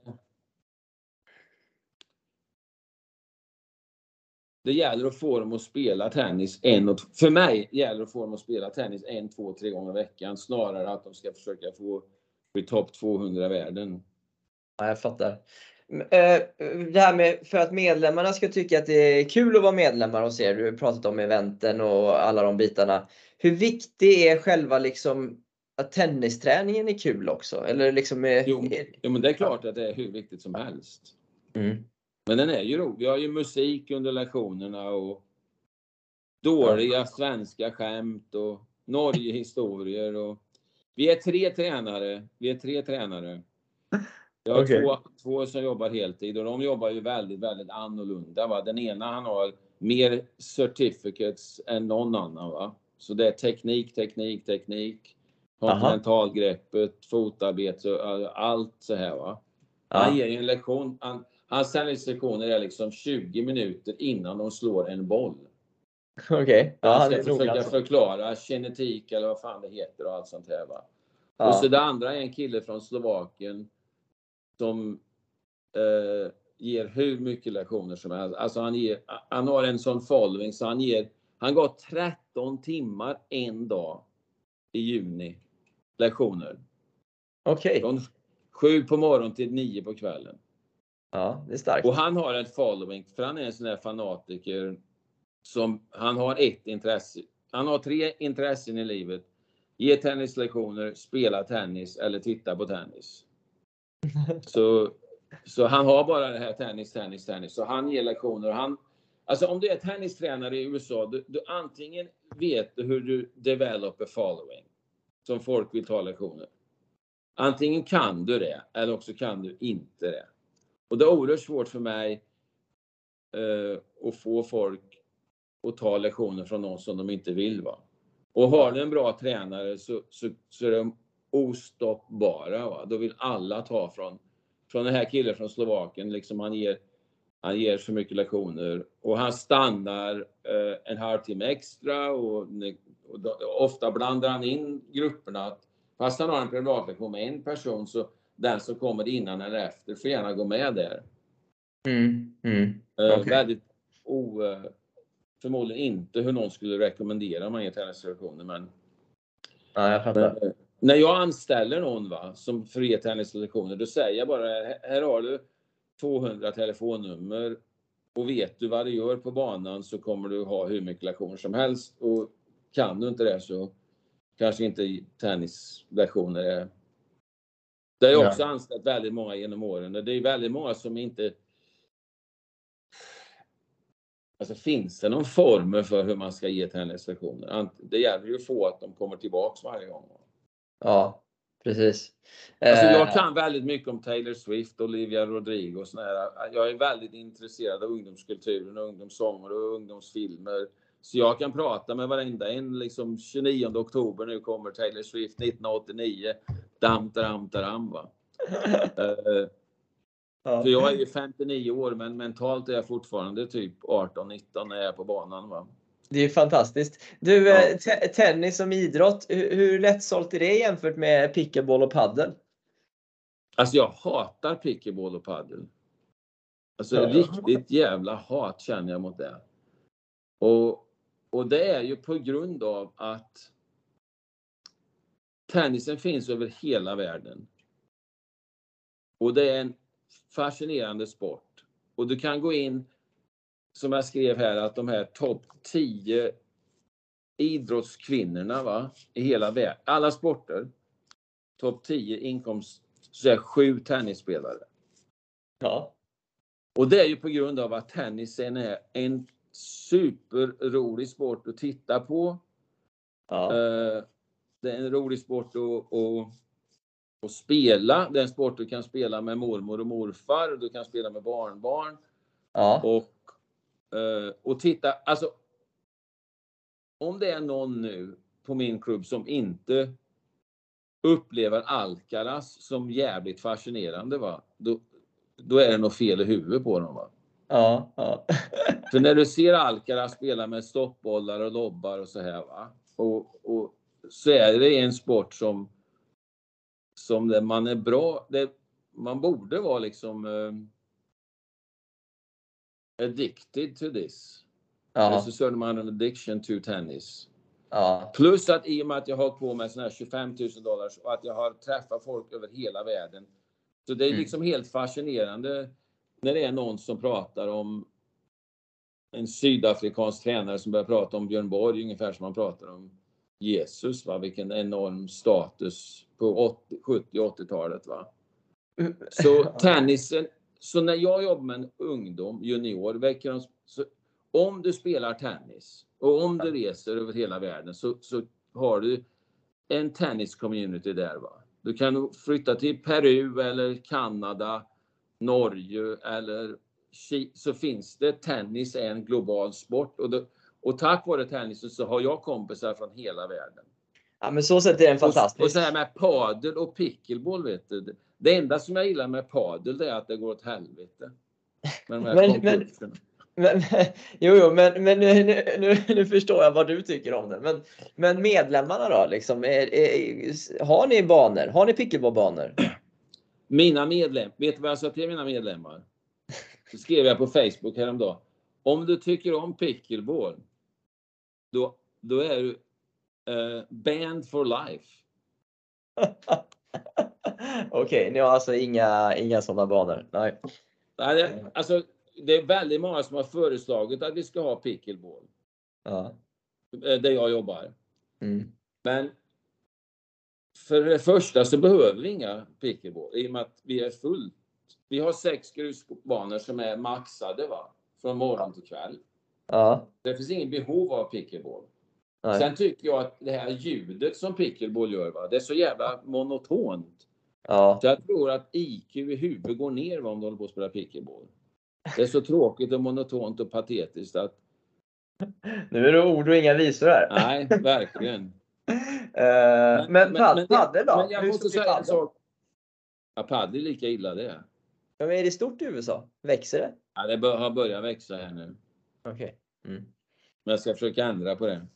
det gäller att få dem att spela tennis en och för mig gäller det att få dem att spela tennis en, två, tre gånger i veckan snarare att de ska försöka få bli topp tvåhundra i världen. Ja, jag fattar. Eh, Det här med för att medlemmarna ska tycka att det är kul att vara medlemmar hos er. Du har pratat om eventen och alla de bitarna. Hur viktig är själva liksom att tennisträningen är kul också? Eller liksom är, Jo, jo, men det är klart att det är hur viktigt som helst. Mm. Men den är ju rolig. Vi har ju musik under lektionerna och dåliga svenska skämt och Norge-historier. Och... Vi är tre tränare. Vi är tre tränare. Jag har Okej. två, två som jobbar heltid och de jobbar ju väldigt, väldigt annorlunda. Va? Den ena han har mer certificates än någon annan. Va? Så det är teknik, teknik, teknik. Kontinentalgreppet, fotarbete, allt så här. Va? Han ger ju en lektion. Han, hans tennislektioner är liksom tjugo minuter innan de slår en boll. Okej. Ja, han han ska är försöka noga så. förklara genetik eller vad fan det heter och allt sånt här. Va? Ja. Och så det andra är en kille från Slovakien som eh, ger hur mycket lektioner som helst. Alltså han, ger, han har en sån following så han ger, han gav tretton timmar en dag i juni lektioner. Okej. Från sju på morgonen till nio på kvällen. Ja, det är starkt. Och han har ett following, för han är en sån där fanatiker som, han har ett intresse. Han har tre intressen i livet. Ge tennislektioner, spela tennis eller titta på tennis. Så, så han har bara det här tennis, tennis, tennis. Så han ger lektioner. Han, alltså om du är tennistränare i U S A, du, du antingen vet hur du develop a following, som folk vill ta lektioner. Antingen kan du det, eller också kan du inte det. Och det är oerhört svårt för mig uh, att få folk att ta lektioner från någon som de inte vill, va. Och har du en bra tränare så, så, så är de ostoppbara, va. Då vill alla ta från, från den här killen från Slovakien. Liksom han, ger, han ger så mycket lektioner. Och han stannar uh, en halvtimme extra. Och, och då, ofta blandar han in grupperna. Fast han har en privatlektion med en person, så den som kommer innan eller efter får gärna gå med där. Mm, mm. Uh, Okay. Väldigt o... Uh, förmodligen inte hur någon skulle rekommendera man ger tennislektioner, men... Ja, jag fattar. Men, när jag anställer någon, va, som för att ge tennislektioner, då säger jag bara, här har du tvåhundra telefonnummer, och vet du vad du gör på banan så kommer du ha hur mycket lektioner som helst, och kan du inte det så kanske inte tennislektioner är... Det har jag också ja. anställt väldigt många genom åren. Det är väldigt många som inte... Alltså finns det någon form för hur man ska ge tennislektioner? Det gäller ju att få att de kommer tillbaka varje gång. Ja, precis. Alltså jag kan väldigt mycket om Taylor Swift, Olivia Rodrigo och såna här. Jag är väldigt intresserad av ungdomskulturen, ungdomssånger och ungdomsfilmer. Så jag kan prata med varenda en. Liksom tjugonionde oktober nu kommer Taylor Swift nittonhundraåttionio. Dam, dam, dam, va. uh, Ja. För jag är ju femtionio år, men mentalt är jag fortfarande typ arton nitton när jag är på banan, va? Det är fantastiskt. Du, ja. t- tennis som idrott, hur, hur lättsålt är det jämfört med pickleball och paddel? Alltså jag hatar pickleball och paddel. Alltså ja. riktigt jävla hat känner jag mot det. Och, och det är ju på grund av att tennisen finns över hela världen. Och det är en fascinerande sport. Och du kan gå in, som jag skrev här, att de här topp tio idrottskvinnorna, va, i hela världen, alla sporter, topp tio inkomst, så är sju tennisspelare. Ja. Och det är ju på grund av att tennisen är en superrolig sport att titta på. Ja. Det är en rolig sport att, att och spela. Det är en sport du kan spela med mormor och morfar. Du kan spela med barnbarn. Ja. Och, och titta. Alltså, om det är någon nu på min klubb som inte upplever Alcaraz som jävligt fascinerande, va? Då, då är det något fel i huvudet på dem, va? Ja, ja. För när du ser Alcaraz spela med stoppbollar och lobbar och så här, va? Och, och så är det en sport som som det, man är bra, det, man borde vara liksom uh, addicted to this. Ja. There's a certain amount of addiction to tennis. Ja. Plus att i och med att jag har på med såna här tjugofem tusen dollar och att jag har träffat folk över hela världen. Så det är liksom mm. helt fascinerande när det är någon som pratar om en sydafrikansk tränare som börjar prata om Björn Borg, ungefär som man pratar om Jesus, va? Vilken enorm status på sjuttio- och åttiotalet, va? Så tennisen, så när jag jobbar med en ungdom, junior, väcker de, så, om du spelar tennis och om du reser över hela världen så, så har du en tennis-community där, va? Du kan flytta till Peru eller Kanada, Norge eller Kina, så finns det, tennis är en global sport och, det, och tack vare tennisen så har jag kompisar från hela världen. Ja, men så sätt är den fantastisk. Och, och så här med padel och pickleball, vet du. Det enda som jag gillar med padel, det är att det går åt helvete. Med de här men, men, men, jo, jo, men, men nu, nu, nu förstår jag vad du tycker om det. Men, men medlemmarna då? Liksom, är, är, har ni banor? Har ni pickleballbanor? Mina medlemmar, vet du vad jag sa till mina medlemmar? Så skrev jag på Facebook häromdagen. Om du tycker om pickleball, då, då är du uh, banned for life. Okej, okay, ni har alltså inga, inga sådana banor? Nej. Nej, alltså, det är väldigt många som har föreslagit att vi ska ha pickleball. Ja. Där jag jobbar. Mm. Men för det första så behöver vi inga pickleball. I och med att vi är fullt. Vi har sex grusbanor som är maxade, va? Från morgon till kväll. Ja. Det finns ingen behov av pickleball. Nej. Sen tycker jag att det här ljudet som pickleball gör, va? Det är så jävla monotont. Ja. Så jag tror att I Q i huvudet går ner, va, om du håller på att spela pickleball. Det är så tråkigt och monotont och patetiskt att... Nu är det ord och inga visor här. Nej, verkligen. uh, men men, men paddel då? Men jag Hur måste säga en sak. Ja, paddel är lika illa det. Ja, men är det stort i U S A? Växer det? Ja, det bör, har börjat växa här nu. Okej. Okay. Mm. Men jag ska försöka ändra på det.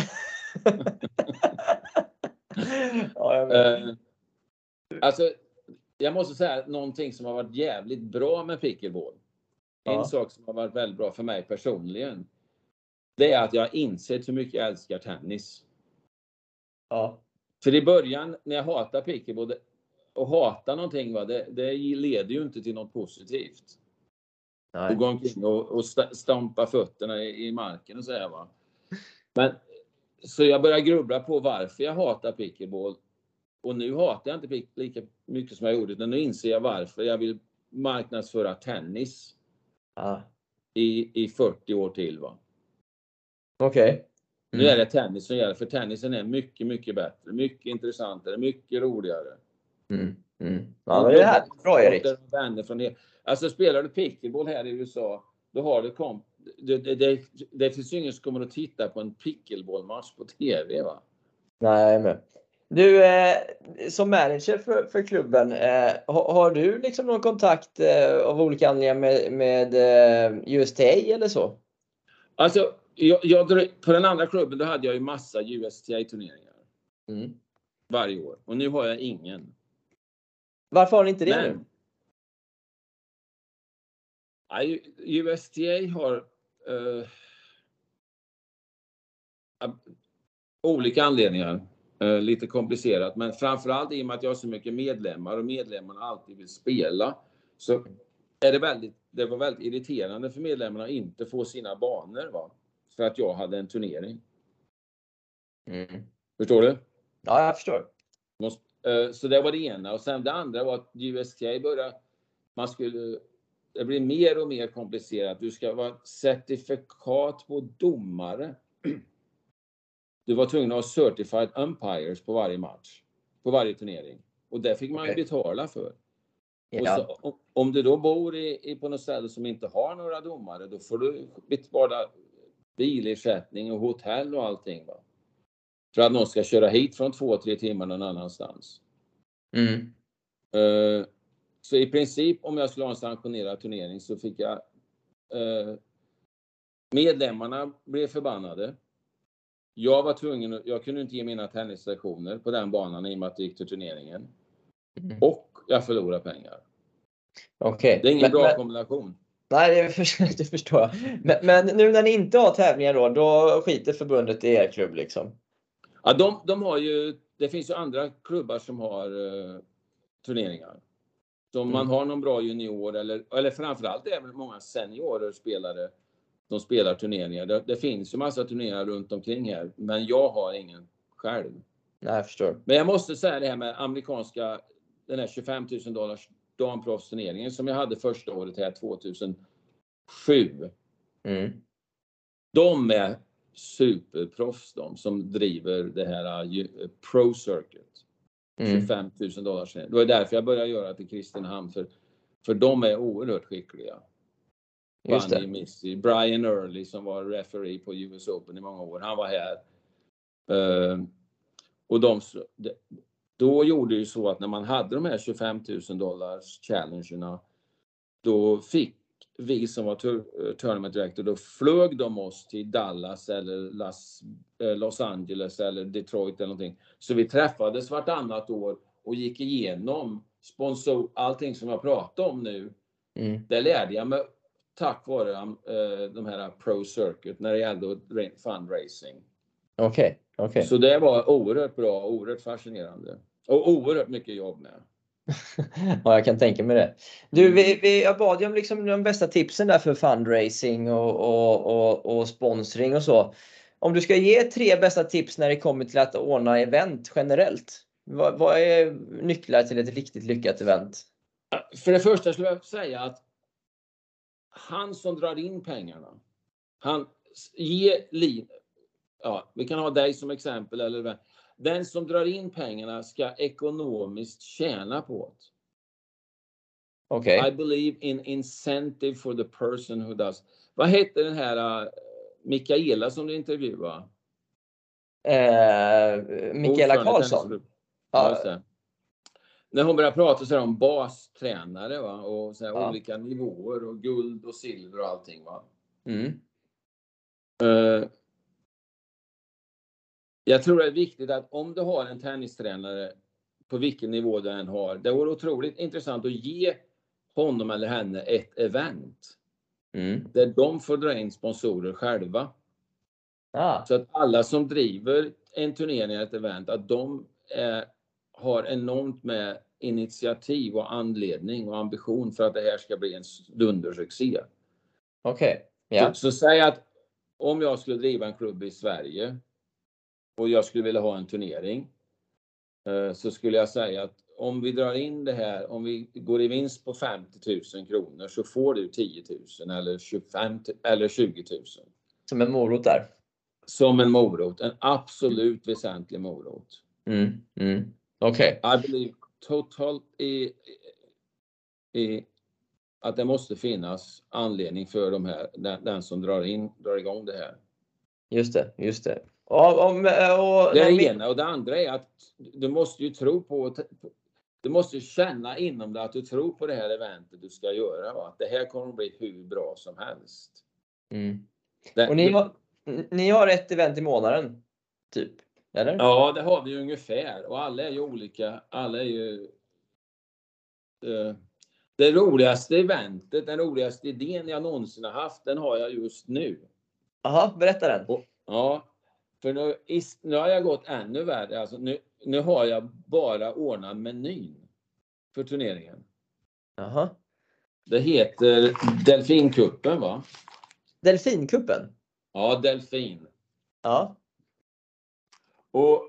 Ja, jag vet. uh, alltså, jag måste säga någonting som har varit jävligt bra med pickleball. Ja. En sak som har varit väldigt bra för mig personligen. Det är att jag har insett hur mycket jag älskar tennis. Ja. För i början när jag hatar pickleball och hatar någonting, va, det, det leder ju inte till något positivt. Nej. Och gå omkring och, och stampa fötterna i, i marken och så här, va. Men så jag börjar grubbla på varför jag hatar pickleball. Och nu hatar jag inte pick lika mycket som jag gjorde. Men nu inser jag varför jag vill marknadsföra tennis. Ja. I, i fyrtio år till, va. Okej. Okay. Mm. Nu är det tennis som gäller, för tennisen är mycket, mycket bättre, mycket intressantare, mycket roligare. Mm. Mm. Ja, men det här är bra, Erik. Vänner från det. Alltså, spelar du pickleball här i U S A, då har du kom det, det, det, det finns ju ingen som kommer att titta på en pickleballmatch på tv, va? Nej, men du, eh, som manager för, för klubben, eh, har, har du liksom någon kontakt eh, av olika anledningar med, med eh, U S T A eller så? Alltså, jag, jag, på den andra klubben då hade jag ju massa U S T A-turneringar. Mm. Varje år. Och nu har jag ingen. Varför har ni inte det Men, nu? Ja, U S T A har uh, olika anledningar. Uh, lite komplicerat. Men framförallt i och med att jag har så mycket medlemmar och medlemmarna alltid vill spela. Så är det väldigt, det var väldigt irriterande för medlemmarna att inte få sina banor, va? För att jag hade en turnering. Mm. Förstår du? Ja, jag förstår. Så det var det ena. Och sen det andra var att U S T A började... Man skulle... Det blir mer och mer komplicerat. Du ska vara certifikat på domare. Du var tvungen att ha certified umpires på varje match. På varje turnering. Och det fick man okay. betala för. Ja. Och så, om du då bor i, i på något ställe som inte har några domare, då får du betala bilersättning och hotell och allting, va? För att någon ska köra hit från två, tre timmar någon annanstans. Mm. Uh, så i princip, om jag skulle ha en sanktionerad turnering, så fick jag... Uh, medlemmarna blev förbannade. Jag var tvungen... Jag kunde inte ge mina tennissektioner på den banan i och med att det gick till turneringen. Mm. Och jag förlorade pengar. Okej. Okay. Det är ingen men, bra men, kombination. Nej, det förstår, det förstår jag. Men, men nu när ni inte har tävlingar då, då skiter förbundet i er klubb liksom? Ja, de, de har ju... Det finns ju andra klubbar som har uh, turneringar. Så om mm. man har någon bra junior eller, eller framförallt även många seniorer spelare som spelar turneringar. Det, det finns ju massa turneringar runt omkring här. Men jag har ingen själv. Nej, jag förstår. Men jag måste säga det här med amerikanska, den här tjugofem tusen dollars damproffsturneringen som jag hade första året här tjugohundrasju. Mm. De är superproffs, de som driver det här uh, Pro Circuit. Mm. tjugofem tusen dollars. Det var därför jag började göra till Kristinehamn. För, för de är oerhört skickliga. Just det. Missy, Brian Early som var referee på U S Open i många år. Han var här. Uh, och de, då gjorde det ju så att när man hade de här tjugofem tusen dollars challengerna, då fick vi som var tur, tournament director, då flög de oss till Dallas eller Las, eh, Los Angeles eller Detroit eller någonting. Så vi träffades vartannat år och gick igenom sponsor, allting som jag pratar om nu. Mm. Det lärde jag mig tack vare eh, de här Pro Circuit när det gällde fundraising. Okej, okay, okej. Okay. Så det var oerhört bra, oerhört fascinerande. Och oerhört mycket jobb med. Ja, jag kan tänka mig det. Du, vi, vi, jag bad ju om liksom de bästa tipsen där för fundraising och, och, och, och sponsring och så. Om du ska ge tre bästa tips när det kommer till att ordna event generellt. Vad, vad är nycklar till ett riktigt lyckat event? För det första skulle jag säga att han som drar in pengarna, han ger lin, ja, vi kan ha dig som exempel, eller den som drar in pengarna ska ekonomiskt tjäna på det. Okej. I believe in incentive for the person who does. Vad heter den här uh, Mikaela som du intervjuade? Eh, Mikaela Karlsson. Ja, just det. När hon börjar prata så här om bastränare, va? Och så här Ja. olika nivåer och guld och silver och allting, va? Mm. Uh, jag tror det är viktigt att om du har en tennistränare på vilken nivå du än har, det vore otroligt intressant att ge honom eller henne ett event. Mm. Där de får dra in sponsorer själva. Ah. Så att alla som driver en turnering eller ett event, att de eh, har enormt med initiativ och anledning och ambition för att det här ska bli en dundersuccé. Okej. Okay. Ja. Så, så säg att om jag skulle driva en klubb i Sverige och jag skulle vilja ha en turnering, eh, så skulle jag säga att om vi drar in det här, om vi går i vinst på femtio tusen kronor, så får du tio tusen eller tjugofem eller tjugo tusen. Som en morot där. Som en morot, en absolut väsentlig morot. Mm. Mm. Okej. Okay. I believe totalt i, i att det måste finnas anledning för de här, den, den som drar in, drar igång det här. Just det, just det. Och, och, och, det är det ena, och det andra är att du måste ju tro på, du måste ju känna inom dig att du tror på det här eventet du ska göra, va? Att det här kommer att bli hur bra som helst. Mm. Det, och ni har, ni har ett event i månaden, typ, eller? Ja, det har vi ju ungefär, och alla är ju olika, alla är ju uh, det roligaste eventet, den roligaste idén jag någonsin har haft, den har jag just nu. Jaha, berätta den. Och, ja, för nu, nu har jag gått ännu värre. Alltså nu, nu har jag bara ordnat menyn för turneringen. Jaha. Det heter Delfinkuppen, va? Delfinkuppen? Ja, Delfin. Ja. Och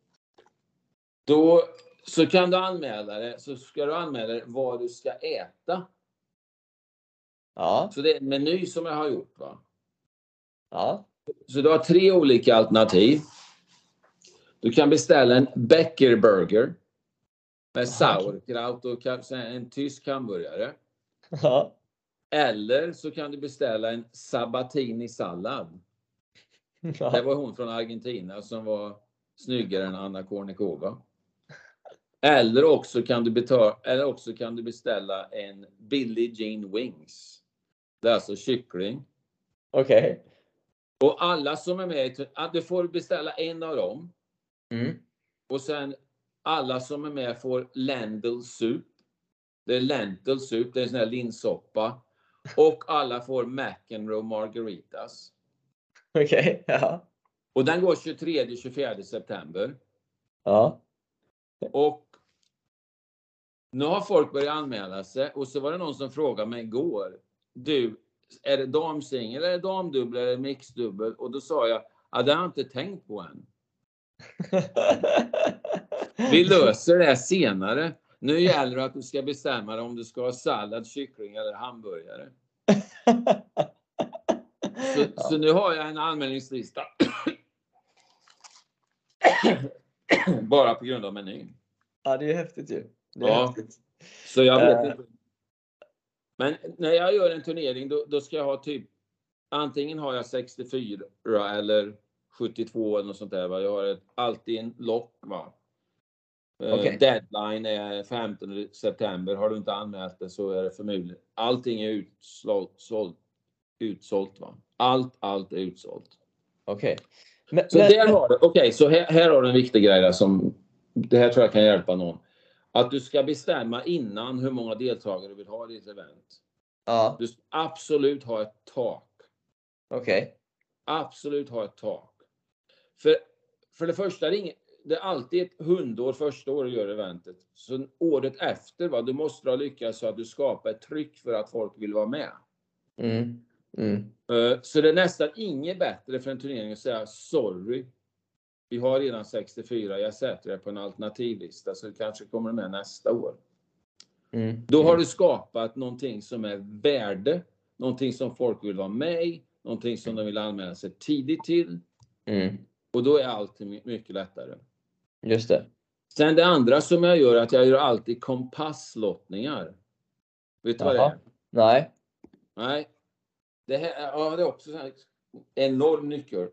då så kan du anmäla det, så ska du anmäla det vad du ska äta. Ja. Så det är en meny som jag har gjort, va? Ja. Så du har tre olika alternativ. Du kan beställa en Becker Burger med sauerkraut och en tysk hamburgare. Ja. Eller så kan du beställa en Sabatini sallad. Ja. Det var hon från Argentina som var snyggare än Anna Kournikova. Eller också kan du betala, eller också kan du beställa en Billie Jean Wings. Det är alltså kyckling. Okej. Okay. Och alla som är med, du får beställa en av dem. Mm. Och sen alla som är med får lentil soup. Det är lentil soup, det är en sån här linssoppa. Och alla får McEnroe margaritas. Okej, okay, ja. Och den går tjugotredje till tjugofjärde september. Ja. Och nu har folk börjat anmäla sig. Och så var det någon som frågade mig igår. Du, är det damsingel, är det damdubbel, är det mixdubbel? Och då sa jag, ja, det har jag inte tänkt på än. Vi löser det senare. Nu gäller det att du ska bestämma dig om du ska ha sallad, kyckling eller hamburgare. Så, ja. Så nu har jag en anmälningslista. Bara på grund av menyn. Ja, det är häftigt ju. Det är ja. häftigt. Så jag vet uh. inte. Men när jag gör en turnering då, då ska jag ha typ antingen har jag sextiofyra eller sjuttiotvå eller något sånt där, va? Jag har ett, alltid en lock, va? Okay. Uh, deadline är femtonde september. Har du inte anmält det så är det förmodligen. Allting är utsålt, sålt, utsålt, va? Allt, allt är utsålt. Okej. Okay. Så men, där har du. Okej, okay, så här, här har du en viktig grej där som det här tror jag kan hjälpa någon. Att du ska bestämma innan hur många deltagare du vill ha i ditt event. Ja. Du ska absolut ha ett tak. Okej. Okay. Absolut ha ett tak. För, för det första, det är, inget, det är alltid ett hundår första året gör eventet. Så året efter, va, du måste ha lyckats så att du skapar ett tryck för att folk vill vara med. Mm. Mm. Uh, så det är nästan inget bättre för en turnering att säga sorry. Vi har redan sextiofyra, jag sätter det på en alternativlista så det kanske kommer med nästa år. Mm. Då har du skapat någonting som är värde, någonting som folk vill vara med i, någonting som de vill anmäla sig tidigt till. Mm. Och då är allt mycket lättare. Just det. Sen det andra som jag gör är att jag gör alltid kompasslottningar. Vet du vad det är? Nej. Nej. Det här ja, det är också en enorm nyckel.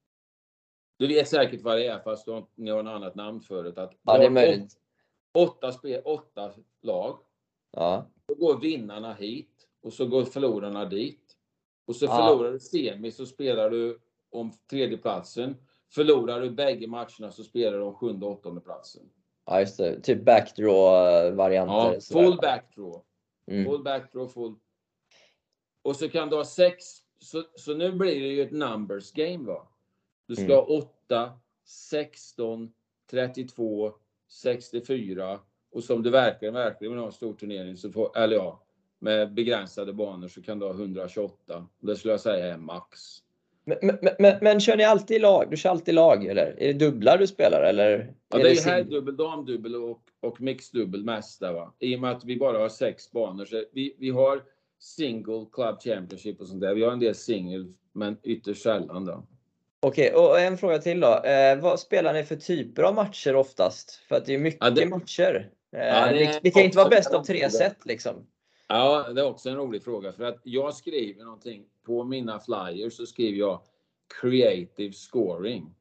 Du vet säkert vad det är fast du har, ni har något annat namn förut. Att Ja, det är möjligt. Åtta, spel, åtta lag. Ja. Då går vinnarna hit och så går förlorarna dit. Och så Ja. förlorar du semi så spelar du om tredje platsen. Förlorar du bägge matcherna så spelar du om sjunde och åttonde platsen. Ja, just det. Typ backdraw-varianter. Ja, full backdraw. Mm. Full backdraw, full. Och så kan du ha sex. Så, så nu blir det ju ett numbers game, va? Du ska Mm. ha åtta, sexton, trettiotvå, sextiofyra. Och som du verkligen, verkligen vill ha en stor turnering så får, eller ja, med begränsade banor så kan du ha etthundratjugoåtta. Det skulle jag säga är max. Men, men, men, men kör ni alltid i lag? Du kör alltid i lag, eller? Är det dubblar du spelar, eller? Ja, är det är ju sing- här dubbel, damdubbel och, och mixdubbel mest där, va? I och med att vi bara har sex banor. Så vi, vi har single club championship och sånt där. Vi har en del single, men ytterst sällan då. Okej, och en fråga till då. Eh, vad spelar ni för typer av matcher oftast? För att det är mycket Ja, det- matcher. Eh, Ja, det det, är det kan inte vara också bäst en av tre fråga. set liksom. Ja, det är också en rolig fråga. För att jag skriver någonting på mina flyers så skriver jag creative scoring.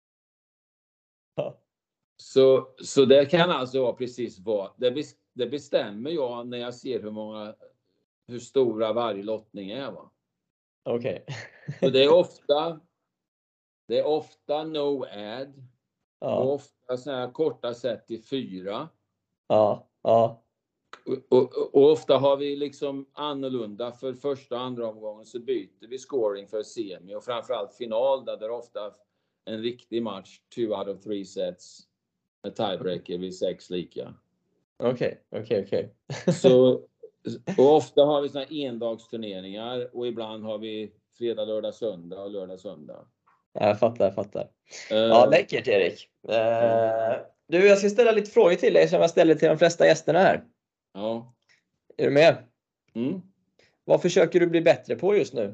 Ja. Så, så det kan alltså vara precis vad. Det, bes, det bestämmer jag när jag ser hur många, hur stora varje lottning är, va? Okej. Så det är ofta, det är ofta no ad. Och Ja, ofta sådana här korta set till fyra. ja, ja. Och, och, och ofta har vi liksom annorlunda för första och andra omgången så byter vi scoring för semi och framförallt final där det är ofta en riktig match, two out of three sets med tiebreaker vid sex lika. Okej, okej, okej. Så och ofta har vi såna här endagsturneringar och ibland har vi fredag, lördag, söndag och lördag, söndag. Ja, jag fattar, jag fattar. Uh, Ja, läckert Erik. Eh, du, jag ska ställa lite frågor till dig som jag ställer till de flesta gästerna här. Ja. Är du med? Mm. Vad försöker du bli bättre på just nu?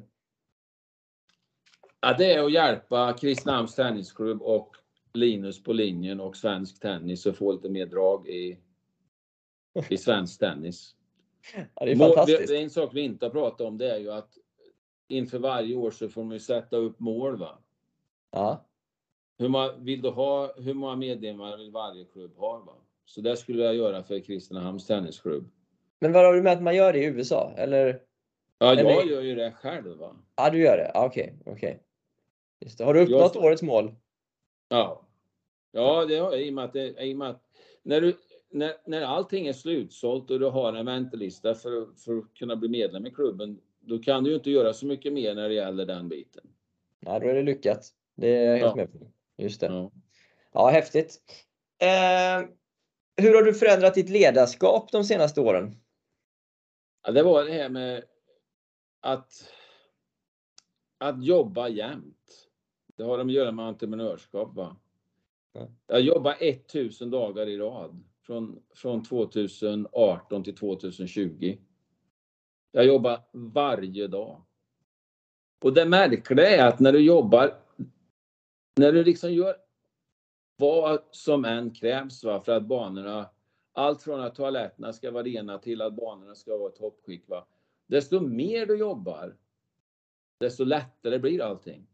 Ja, det är att hjälpa Kristinehamns tennisklubb och Linus på linjen och svensk tennis och få lite mer drag i, i svensk tennis. Ja, det är Mål, fantastiskt. det är en sak vi inte har pratat om, det är ju att inför varje år så får man ju sätta upp mål, va? Ja. Hur, man, vill du ha, hur många medlemmar vill varje klubb ha, va? Så det skulle jag göra för Kristinehamns tennisklubb. Men vad har du med att man gör det i U S A? Eller? Ja, jag Eller- gör ju det själv, va? Ja, du gör det. Ja, Okej, okej. Just det. Har du uppnått Jag- årets mål? Ja. Ja, det har jag i och med att, det, i och med att när, du, när, när allting är slutsålt och du har en väntelista för, för att kunna bli medlem i klubben, då kan du ju inte göra så mycket mer när det gäller den biten. Ja, då är det lyckat. Det är jag helt Ja. med på. Just det. Ja. Ja, häftigt. Eh, hur har du förändrat ditt ledarskap de senaste åren? Ja, det var det här med att, att jobba jämt. Det har de att göra med entreprenörskap, va? Ja. Jag jobbar tusen dagar i rad. Från, från tjugoarton till tjugotjugo. Jag jobbar varje dag. Och det märkliga är att när du jobbar, när du liksom gör vad som än krävs, va, för att banorna, allt från att toaletterna ska vara rena till att banorna ska vara toppskick, va. Desto mer du jobbar, desto lättare blir allting.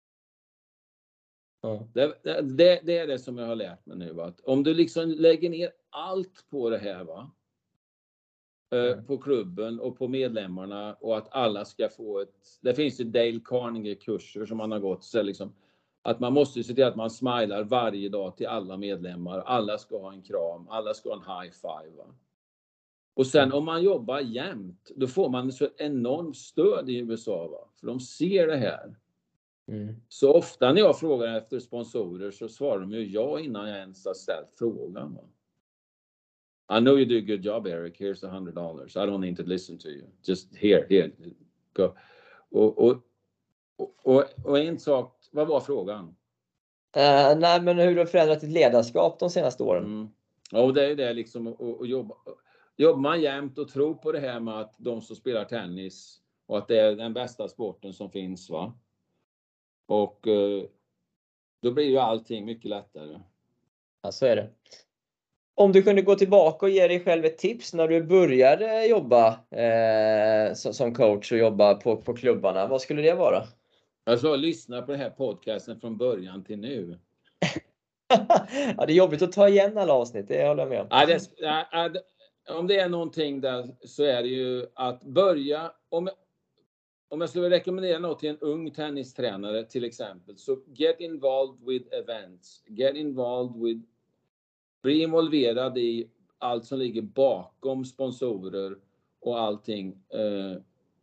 Ja. Det, det, det är det som jag har lärt mig nu. Att om du liksom lägger ner allt på det här, va? Mm. På klubben och på medlemmarna och att alla ska få ett... Det finns ju Dale Carnegie-kurser som man har gått. Så liksom, att man måste se till att man smilar varje dag till alla medlemmar. Alla ska ha en kram. Alla ska ha en high five, va? Och sen om man jobbar jämt, då får man så enormt stöd i U S A, va? För de ser det här. Mm. Så ofta när jag frågar efter sponsorer så svarar de ju ja innan jag ens har ställt frågan. Va? I know you do a good job, Eric. Here's a hundred dollars. I don't need to listen to you. Just here, here. Go. Och, och, och, och en sak, vad var frågan? Uh, nej, men hur du har förändrat ditt ledarskap de senaste åren? Mm. Ja, och det är det liksom att jobba. Jobbar man jämt och tror på det här med att de som spelar tennis och att det är den bästa sporten som finns, va? Och uh, då blir ju allting mycket lättare. Ja, så är det. Om du kunde gå tillbaka och ge dig själv ett tips när du började jobba eh, som, som coach och jobba på, på klubbarna, vad skulle det vara? Alltså lyssna på den här podcasten från början till nu. Ja, det är jobbigt att ta igen alla avsnitt, det håller jag med om. Ja, det, ja, om det är någonting där så är det ju att börja, om, om jag skulle rekommendera något till en ung tennistränare till exempel, så get involved with events, get involved with, bli involverad i allt som ligger bakom sponsorer och allting. Eh,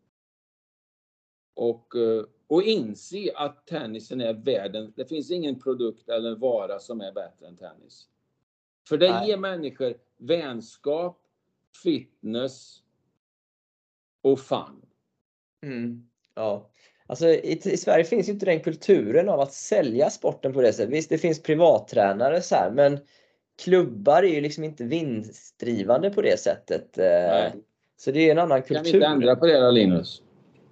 och, och inse att tennisen är världen. Det finns ingen produkt eller vara som är bättre än tennis. För det Nej. ger människor vänskap, fitness och fun. Mm. Ja. Alltså, i, i Sverige finns ju inte den kulturen av att sälja sporten på det sättet. Visst, det finns privattränare så här, men klubbar är ju liksom inte vinstdrivande på det sättet. Nej. Så det är en annan kultur. Kan vi inte ändra på det då, Linus?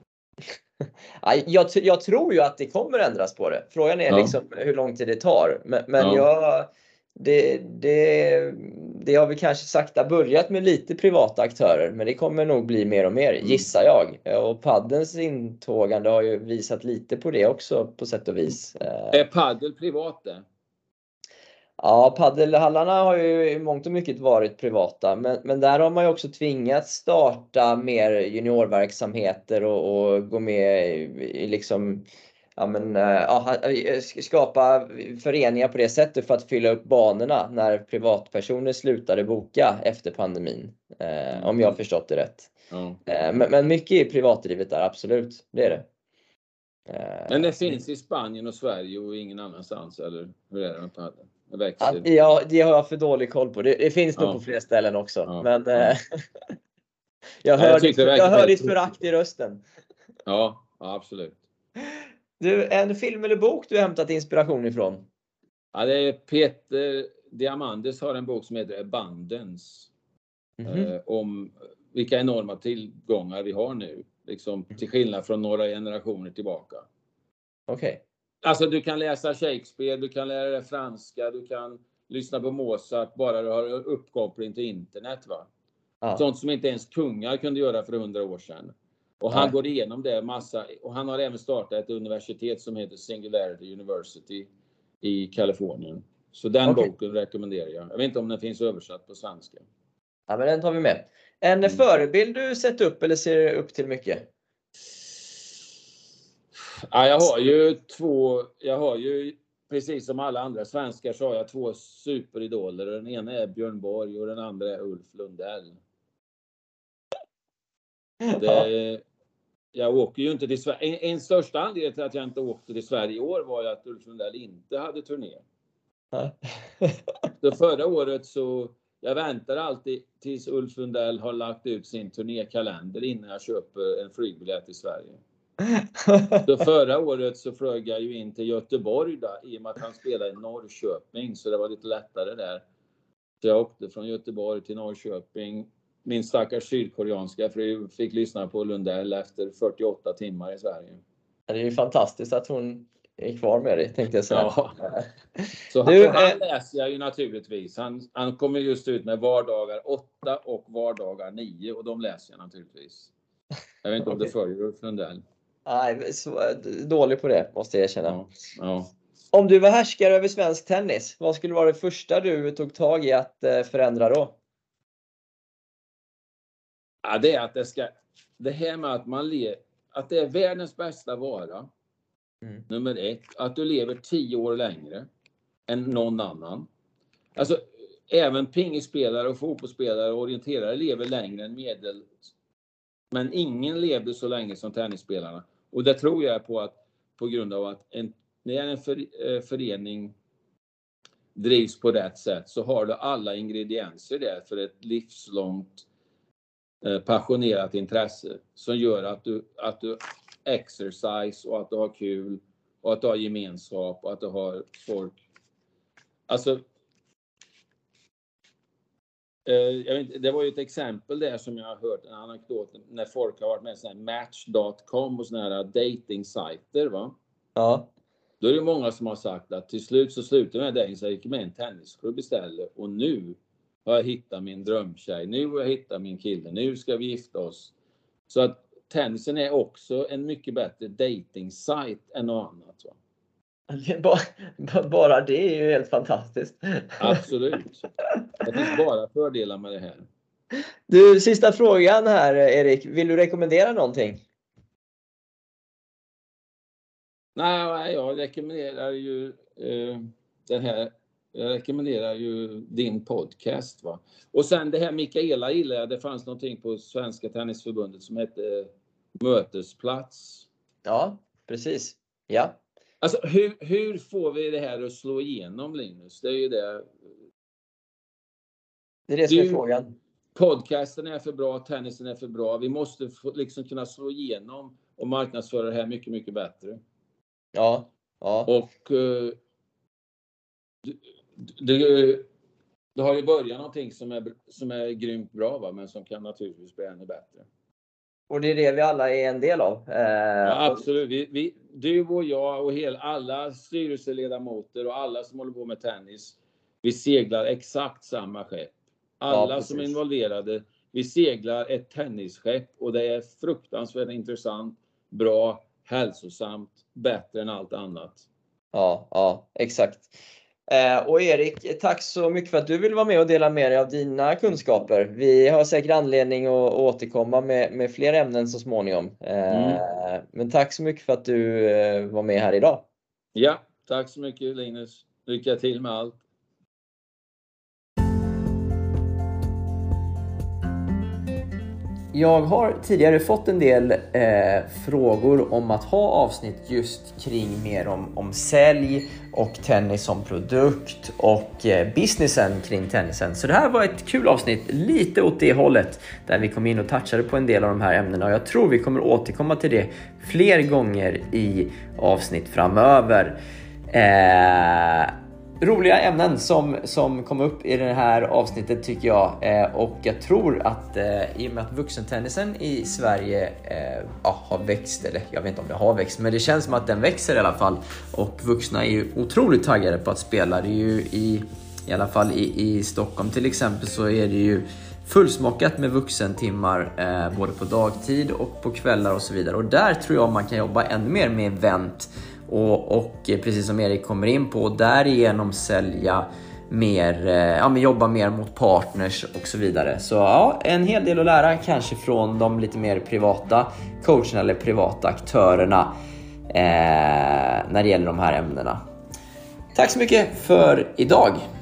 jag, jag tror ju att det kommer ändras på det. Frågan är Ja. liksom hur lång tid det tar. Men, men Ja. jag, det, det, det har vi kanske sakta börjat med lite privata aktörer. Men det kommer nog bli mer och mer, gissar jag. Och paddens intågande har ju visat lite på det också på sätt och vis. Är paddel privat det? Ja, paddelhallarna har ju i mångt och mycket varit privata. Men, men där har man ju också tvingats starta mer juniorverksamheter och, och gå med i, i liksom, ja, men, ja, skapa föreningar på det sättet för att fylla upp banorna när privatpersoner slutade boka efter pandemin. Eh, om jag har förstått det rätt. Ja. Eh, men, men mycket är privatdrivet där, absolut. Det är det. Eh, Men det finns i Spanien och Sverige och ingen annanstans, eller hur är det med padel? Ja, ja, det har jag för dålig koll på. Det, det finns Ja. nog på fler ställen också. Ja. Men Ja. eh, jag Ja, jag hör, tyckte ditt, det jag verkar hör ditt väldigt- förakt i rösten. Ja, ja, absolut. Du, en film eller bok du har hämtat inspiration ifrån? Ja, det är Peter Diamandis har en bok som heter Abundance. Mhm. Eh, om vilka enorma tillgångar vi har nu. Liksom, till skillnad från några generationer tillbaka. Okej. Alltså du kan läsa Shakespeare, du kan lära dig franska, du kan lyssna på Mozart bara du har uppkoppling till internet, va? Ja. Sånt som inte ens kungar kunde göra för hundra år sedan. Och han Nej. går igenom det massa, och han har även startat ett universitet som heter Singularity University i Kalifornien. Så den Okej. boken rekommenderar jag. Jag vet inte om den finns översatt på svenska. Ja, men den tar vi med. En Mm. förebild du sett upp eller ser upp till mycket? Ja, jag har ju två, jag har ju precis som alla andra svenskar så har jag två superidoler. Den ena är Björn Borg och den andra är Ulf Lundell. Det, jag åker ju inte till Sverige. En, en största anledning till att jag inte åkte till Sverige i år var ju att Ulf Lundell inte hade turné. Ja. Så förra året så, jag väntar alltid tills Ulf Lundell har lagt ut sin turnékalender innan jag köper en flygbiljett till Sverige. Så förra året så flög jag ju in till Göteborg då, i och med att han spelade i Norrköping, så det var lite lättare där. Så jag åkte från Göteborg till Norrköping. Min stackars sydkoreanska fru fick lyssna på Lundell efter fyrtioåtta timmar i Sverige. Det är ju fantastiskt att hon är kvar med dig, tänkte jag säga. Ja. Så han, Du, han eh, läser jag ju naturligtvis. Han, han kommer just ut med vardagar åtta och vardagar nio, och de läser jag naturligtvis. Jag vet inte om det Okej. följer Ulf Lundell. Nej, så, dålig på det måste jag erkänna. Ja, ja. Om du var härskare över svensk tennis, vad skulle vara det första du tog tag i att eh, förändra då? Ja, det är att det ska, det här med att man le, att det är världens bästa vara. Mm. Nummer ett, att du lever tio år längre än någon annan. Alltså, även pingisspelare och fotbollsspelare och orienterare lever längre än medel. Men ingen levde så länge som tennisspelarna. Och det tror jag på att på grund av att en, när en för, eh, förening drivs på rätt sätt så har du alla ingredienser där för ett livslångt eh, passionerat intresse som gör att du, att du exercise och att du har kul och att du har gemenskap och att du har folk. Alltså eh, jag vet inte, det var ju ett exempel där som jag har hört en anekdot när folk har varit med sån här match dot com och såna här dating-sajter, va? Ja. Då är det många som har sagt att till slut så slutar med det så jag gick med en tennisklubb istället och nu har jag hittat min drömtjej, nu har jag hittat min kille, nu ska vi gifta oss. Så att tennisen är också en mycket bättre dating-sajt än något annat, va? Bara det är ju helt fantastiskt. Absolut. Det finns bara fördelar med det här. Du, sista frågan här, Erik. Vill du rekommendera någonting? Nej, jag rekommenderar ju eh, den här. Jag rekommenderar ju din podcast, va. Och sen det här Mikaela gillar jag. Det fanns någonting på Svenska Tennisförbundet som hette Mötesplats. Ja, precis. Ja. Alltså hur, hur får vi det här att slå igenom, Linus? Det är ju det. Det är det som du, är frågan. Podcasten är för bra, tennisen är för bra. Vi måste få, liksom kunna slå igenom och marknadsföra det här mycket, mycket bättre. Ja, ja. Och uh, det, det har ju börjat någonting som är, som är grymt bra, va? Men som kan naturligtvis bli ännu bättre. Och det är det vi alla är en del av. Eh, ja, absolut. Vi, vi, du och jag och hela, alla styrelseledamöter och alla som håller på med tennis. Vi seglar exakt samma skepp. Alla ja, som är involverade. Vi seglar ett tennisskepp och det är fruktansvärt intressant, bra, hälsosamt, bättre än allt annat. Ja, ja, exakt. Eh, och Erik, tack så mycket för att du vill vara med och dela med dig av dina kunskaper. Vi har säkert anledning att återkomma med, med fler ämnen så småningom. Eh, mm. Men tack så mycket för att du eh, var med här idag. Ja, tack så mycket Linus. Lycka till med allt. Jag har tidigare fått en del eh, frågor om att ha avsnitt just kring mer om, om sälj och tennis som produkt och eh, businessen kring tennisen. Så det här var ett kul avsnitt, lite åt det hållet, där vi kom in och touchade på en del av de här ämnena. Och jag tror vi kommer återkomma till det fler gånger i avsnitt framöver. Eh... Roliga ämnen som, som kom upp i det här avsnittet tycker jag, eh, och jag tror att eh, i och med att vuxentennisen i Sverige eh, ja, har växt, eller jag vet inte om det har växt, men det känns som att den växer i alla fall, och vuxna är ju otroligt taggade på att spela. Det är ju i, i alla fall i, i Stockholm till exempel så är det ju fullsmockat med vuxentimmar eh, både på dagtid och på kvällar och så vidare, och där tror jag man kan jobba ännu mer med event. Och, och precis som Erik kommer in på, därigenom sälja mer, ja, men jobba mer mot partners och så vidare. Så ja, en hel del att lära kanske från de lite mer privata coacherna eller privata aktörerna eh, när det gäller de här ämnena. Tack så mycket för idag!